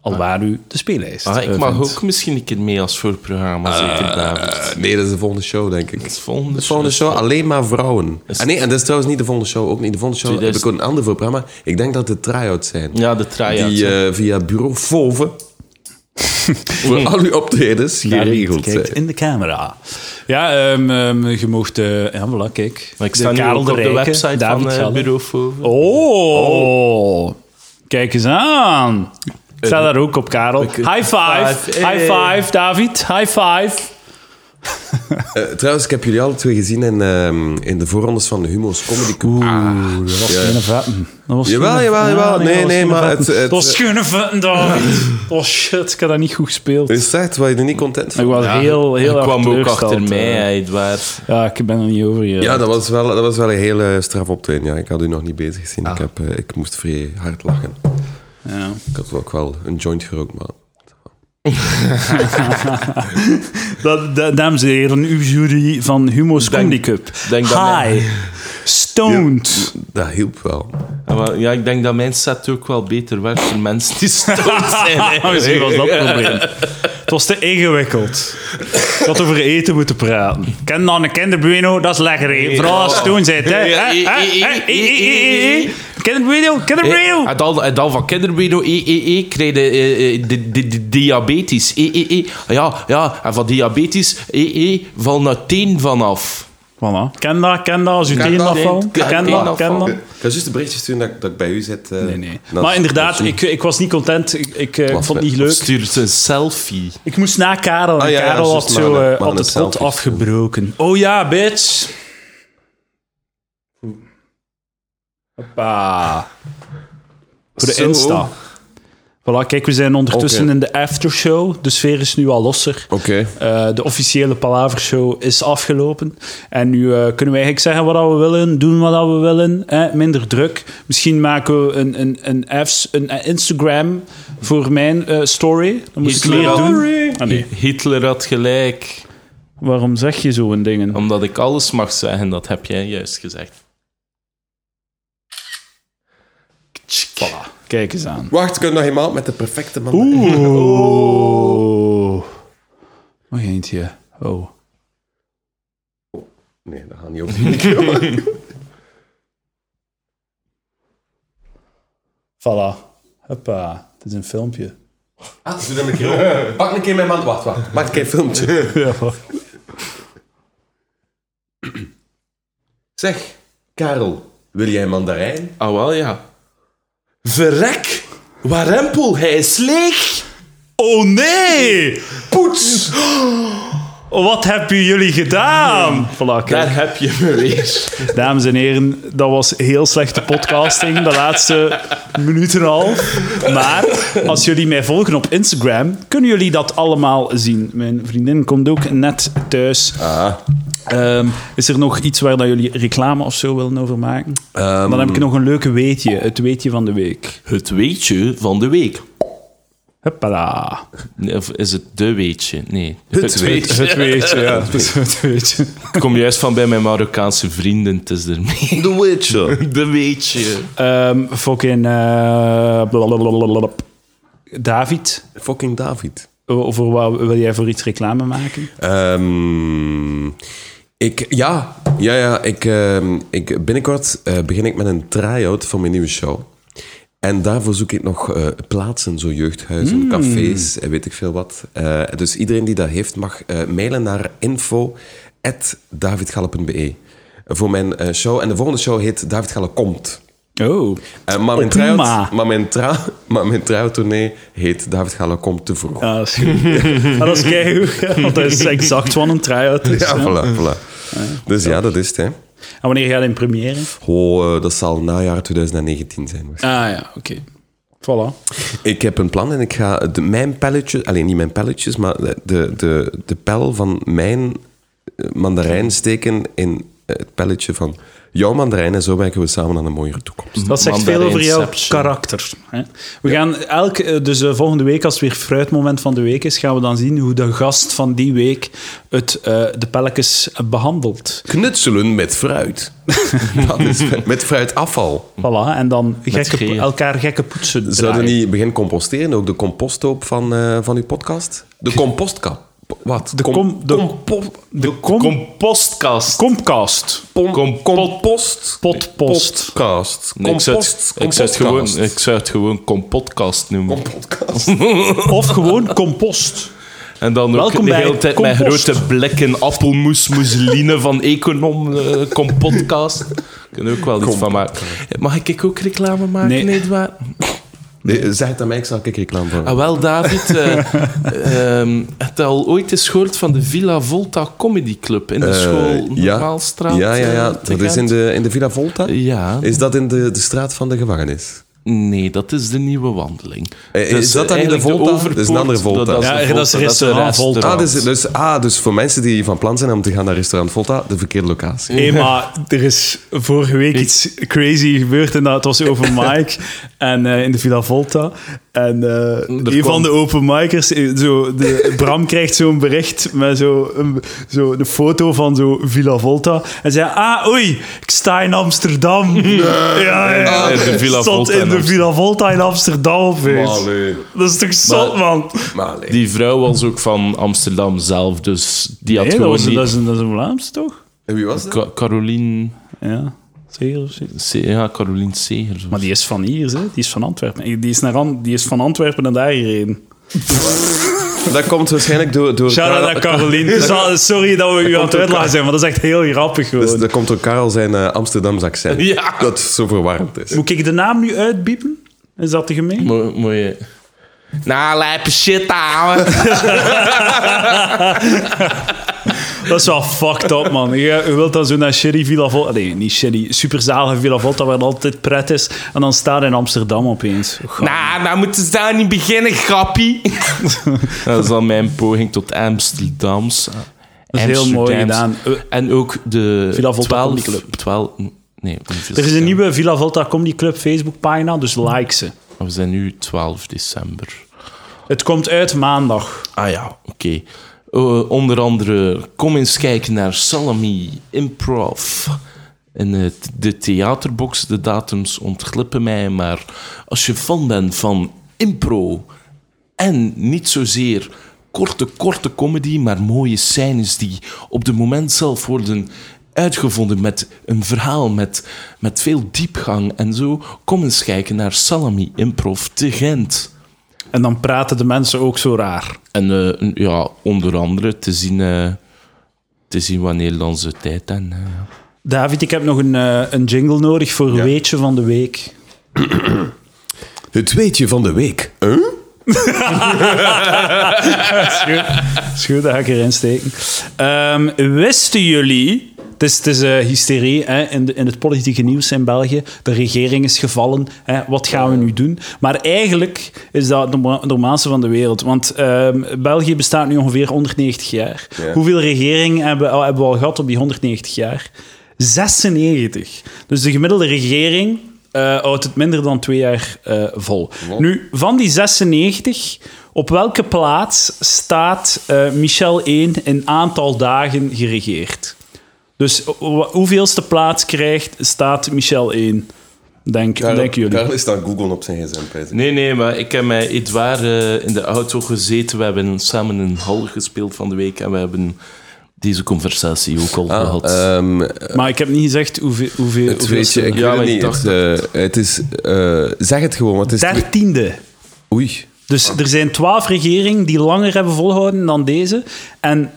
Alwaar u de speellijst Ik mag vindt. ook misschien een keer mee als voorprogramma, zeker, David. Nee, dat is de volgende show, denk ik. Het volgende De volgende show, alleen maar vrouwen. Is- Nee, en dat is trouwens niet de volgende show. Ook niet de volgende show. 2000. Heb ik ook een ander voorprogramma. Ik denk dat het try-outs zijn. Ja, de try-out. Die via bureau Fauve voor al uw optredens geregeld Kijkt zijn. in de camera. Ja, je mocht... ja, voilà, kijk. Maar ik sta nu Karel ook op de Rijke, website David van Galle. Bureau Fauve. Oh, kijk eens aan. Ik sta daar ook op, Karel. High five. Hey. High five, David. High five. Trouwens, ik heb jullie alle twee gezien in de voorrondes van de Humo's Comedy Cup. Dat was geen vetten. Dat was Jawel, geen- jawel, jawel. dat Nee, was nee, geen maar vetten. het- Dat was schöne vetten, David. Oh shit, ik heb dat niet goed gespeeld. Is het echt? Was je er niet content Ik van? was heel Hij erg kwam ook teleurgesteld, achter mij, Edouard. Ja, ik ben er niet over gegaan. Ja, dat was wel een hele straf optreden. Ja, ik had u nog niet bezig gezien. Ik moest vrij hard lachen. Ja. Ik had ook wel een joint gerookt, maar... Dames en heren, uw jury van Humo's Comedy Cup. denk dat High, stoned. Dat hielp wel. Ja, ik denk dat mijn set ook wel beter werkt voor mensen die stoned zijn. Misschien was dat het probleem. Het was te ingewikkeld. Ik had over eten moeten praten. Ken dan een kinderbueno, dat is lekker. Hè? Vooral als het toen zit. Kinderbueno. En dan van kinderbueno, krijg je de diabetes. Ja, en van diabetes, val naar teen vanaf. Voilà. Ken dat, als u Ken teen dat? afvalt. Ken Ken dat? dat, ken dat. Ik ga juist een berichtje sturen dat ik bij u zit. Nee. Maar inderdaad, ik was niet content. Ik vond het niet leuk. Stuurt een selfie. Ik moest na Karel. En Ah, ja, Karel juist, had zo maar had een het rot selfie. afgebroken. Oh ja, bitch. Hoppa. Voor de Zo. Insta. Voilà, kijk, we zijn ondertussen Oké. in de aftershow. De sfeer is nu al losser. Oké. De officiële Palavershow is afgelopen. En nu kunnen we eigenlijk zeggen wat we willen, doen wat we willen. Minder druk. Misschien maken we een Instagram voor mijn story. Dan moet ik Hitler meer had- doen. Ah, nee. Hitler had gelijk. Waarom zeg je zo'n dingen? Omdat ik alles mag zeggen, dat heb jij juist gezegd. Voilà, kijk eens aan. Wacht, kun je nog iemand met de perfecte man? Oeh. Nog eentje. Oh. Nee, dat gaat niet op die micro. Voilà. Hoppa. Het is een filmpje. Doe dat een keer op. Pak een keer mijn man. Wacht. Maak een keer een filmpje. Ja. Zeg, Karel, wil jij mandarijn? Ah, wel ja. Verrek! Warempel, hij is leeg! Oh nee! Poets! Wat hebben jullie gedaan? Voilà, kijk. Daar heb je me weer. Dames en heren, dat was heel slechte podcasting de laatste minuut en een half. Maar als jullie mij volgen op Instagram, kunnen jullie dat allemaal zien. Mijn vriendin komt ook net thuis. Is er nog iets waar dat jullie reclame of zo willen over maken? Dan heb ik nog een leuke weetje. Het weetje van de week. Het weetje van de week. Hoppala. Nee, of is het de weetje? Nee. Het weetje. Het weetje, ja. Het weetje. Ik kom juist van bij mijn Marokkaanse vrienden, het is ermee. The Witcher. De weetje. Fucking... David, Fucking David. over wat wil jij voor iets reclame maken? Binnenkort begin ik met een try-out voor mijn nieuwe show. En daarvoor zoek ik nog plaatsen, zo jeugdhuizen, cafés en weet ik veel wat. Dus iedereen die dat heeft mag mailen naar info@davidgalle.be voor mijn show. En de volgende show heet David Galle Komt. Oh. Maar mijn try-out-tournee heet David Galle Komt te vroeg. Ja, dat is goed. Maar dat is keigoed, want dat is exact wat een try-out is. Ja, hè. voilà. Dus ja, dat is het, hè. En wanneer ga je in première? Dat zal najaar 2019 zijn. Ah ja, oké. Voilà. Ik heb een plan en ik ga mijn pelletjes... Alleen niet mijn pelletjes, maar de pel van mijn mandarijn steken in het pelletje van jouw mandarijn en zo werken we samen aan een mooiere toekomst. Dat zegt veel over jouw Mandarijnception. karakter. Hè? We gaan volgende week, als het weer fruitmoment van de week is, gaan we dan zien hoe de gast van die week de pelletjes behandelt. Knutselen met fruit. Dat is met fruitafval. Voilà, en dan geel. elkaar gekke poetsen Zouden draaien. niet beginnen composteren? Ook de composthoop van uw podcast? De compostkap. Wat? De Compostkast. Comcast. Compost. Potpost. Podcast. Nee, ik zou het gewoon compotcast noemen. Of gewoon compost. En dan ook Welkom de bij hele tijd met Compost. grote blikken appelmoes, mousseline van Econom, compotcast. Kunnen we ook wel iets van maken. Mag ik ook reclame maken, Nee. Edouard? Nee, zeg het aan mij, ik zal ik reclame voor. Ah, wel, David, heb je al ooit eens gehoord van de Villa Volta Comedy Club in de school Normaalstraat? Ja. te Dat is Gent? in de Villa Volta? Ja. Is dat in de straat van de gevangenis? Nee, dat is de nieuwe wandeling. Is dat dan in de eigenlijk Volta? Dat is een andere Volta. Ja, dat is restaurant Volta. Dus voor mensen die van plan zijn om te gaan naar restaurant Volta, de verkeerde locatie. Hé, maar er is vorige week iets crazy gebeurd en dat was open mic en, in de Villa Volta. En een van de openmikers, Bram krijgt zo'n bericht met een foto van zo Villa Volta. En zei, oei, ik sta in Amsterdam. Ja. In de Villa Stond Volta in de Villa Volta in Amsterdam opeens. Allee. Dat is toch zot, man? Die vrouw was ook van Amsterdam zelf, dus die had Nee, gewoon dat niet... is een Vlaams, toch? En wie was dat? Caroline... Ja, zeker of zo. Ja, Caroline Segers. Maar die is van hier, hè? Die is van Antwerpen. Die is van Antwerpen naar daar gereden. Dat komt waarschijnlijk door Shout-out naar Caroline. Sorry dat we u aan het uitlachen zijn, maar dat is echt heel grappig gewoon. Dus dat komt door Karel zijn Amsterdamse accent. Ja. Dat zo verwarrend is. Moet ik de naam nu uitbiepen? Is dat te gemeen? Mooie... Nou, lijpe shit, ouwe. Dat is wel fucked up, man. Je wilt dan zo naar Sherry Villa Volta... Nee, niet Sherry. Superzalige Villa Volta, waar altijd pret is. En dan staat in Amsterdam opeens. Nou moeten ze daar niet beginnen, grappie. Dat is dan mijn poging tot Amsterdams. Dat is heel mooi gedaan. En ook de Villa Volta Comedy Club. Er is een nieuwe Villa Volta Comedy Club Facebookpagina, dus like ze. We zijn nu 12 december. Het komt uit maandag. Ah ja, oké. Onder andere, kom eens kijken naar Salami Improv. En de theaterbox, de datums ontglippen mij, maar als je fan bent van impro en niet zozeer korte comedy, maar mooie scènes die op het moment zelf worden uitgevonden met een verhaal, met veel diepgang en zo, kom eens kijken naar Salami Improv te Gent. En dan praten de mensen ook zo raar. En onder andere te zien wanneer dan ze tijd hebben. David, ik heb nog een jingle nodig voor Weetje van de Week. Het weetje van de week. Is goed, dat ga ik erin steken. Wisten jullie... Het is hysterie hè, in het politieke nieuws in België. De regering is gevallen. Hè, wat gaan we nu doen? Maar eigenlijk is dat de normaalste van de wereld. Want België bestaat nu ongeveer 190 jaar. Ja. Hoeveel regeringen hebben we al gehad op die 190 jaar? 96. Dus de gemiddelde regering houdt het minder dan 2 jaar vol. Wow. Nu, van die 96... Op welke plaats staat Michel 1 in aantal dagen geregeerd? Dus hoeveelste plaats staat Michel 1? Denken jullie? Karel is dan Google op zijn gsm. Nee, maar ik heb met Edouard in de auto gezeten. We hebben samen een hal gespeeld van de week en we hebben deze conversatie ook al gehad. Maar ik heb niet gezegd hoeveel... Het weet je, ik weet het niet. Het is... zeg het gewoon. Het is 13e. Oei. Dus er zijn 12 regeringen die langer hebben volgehouden dan deze. En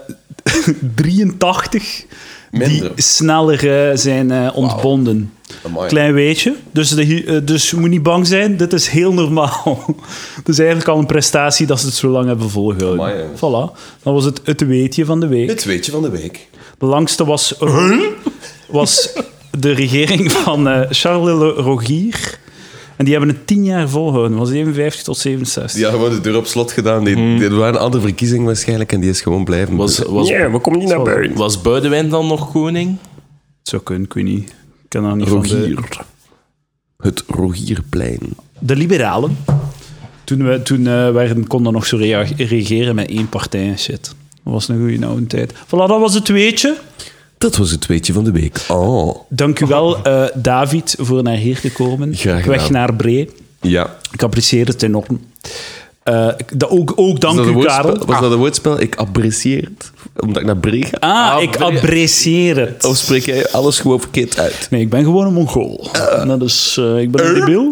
83 die sneller zijn ontbonden. Amai. Klein weetje. Dus je moet niet bang zijn. Dit is heel normaal. Het is eigenlijk al een prestatie dat ze het zo lang hebben volgehouden. Amai, voilà. Dat was het weetje van de week. Het weetje van de week. De langste was de regering van Charles Rogier. En die hebben het 10 jaar volgehouden. Van 57 tot 67. Die had gewoon de deur op slot gedaan. Die waren een andere verkiezing waarschijnlijk en die is gewoon blijven. We komen niet naar buiten. Was Boudewijn dan nog koning? Het zou kunnen, ik weet niet. Ik ken dat niet van Rogier. Het Rogierplein. de liberalen. Toen konden nog zo regeren met 1 partij en shit. Dat was een goede oude tijd. Voilà, dat was het weetje. Dat was het weetje van de week. Oh. Dank u wel, David, voor naar hier te komen. Graag Weg gedaan. naar Bree. Ja. Ik apprecieer het enorm. Ook dank Was dat u, een Karel. woordspel? Was dat een woordspel? Ik apprecieer het. Omdat ik naar Bree ga. Ik apprecieer het. Of spreek jij alles gewoon verkeerd uit? Nee, ik ben gewoon een Mongool. Dat is, ik ben een debiel.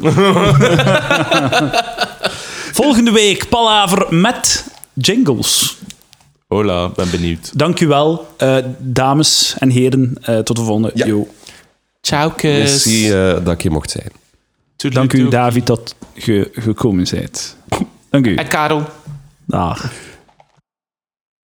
Volgende week, Palaver met jingles. Hola, ben benieuwd. Dank u wel, dames en heren. Tot de volgende. Ja. Yo. Ciao, kus. Merci dat ik hier mocht zijn. Dank u, David, dat je gekomen bent. Dank u. En Karel. Dag.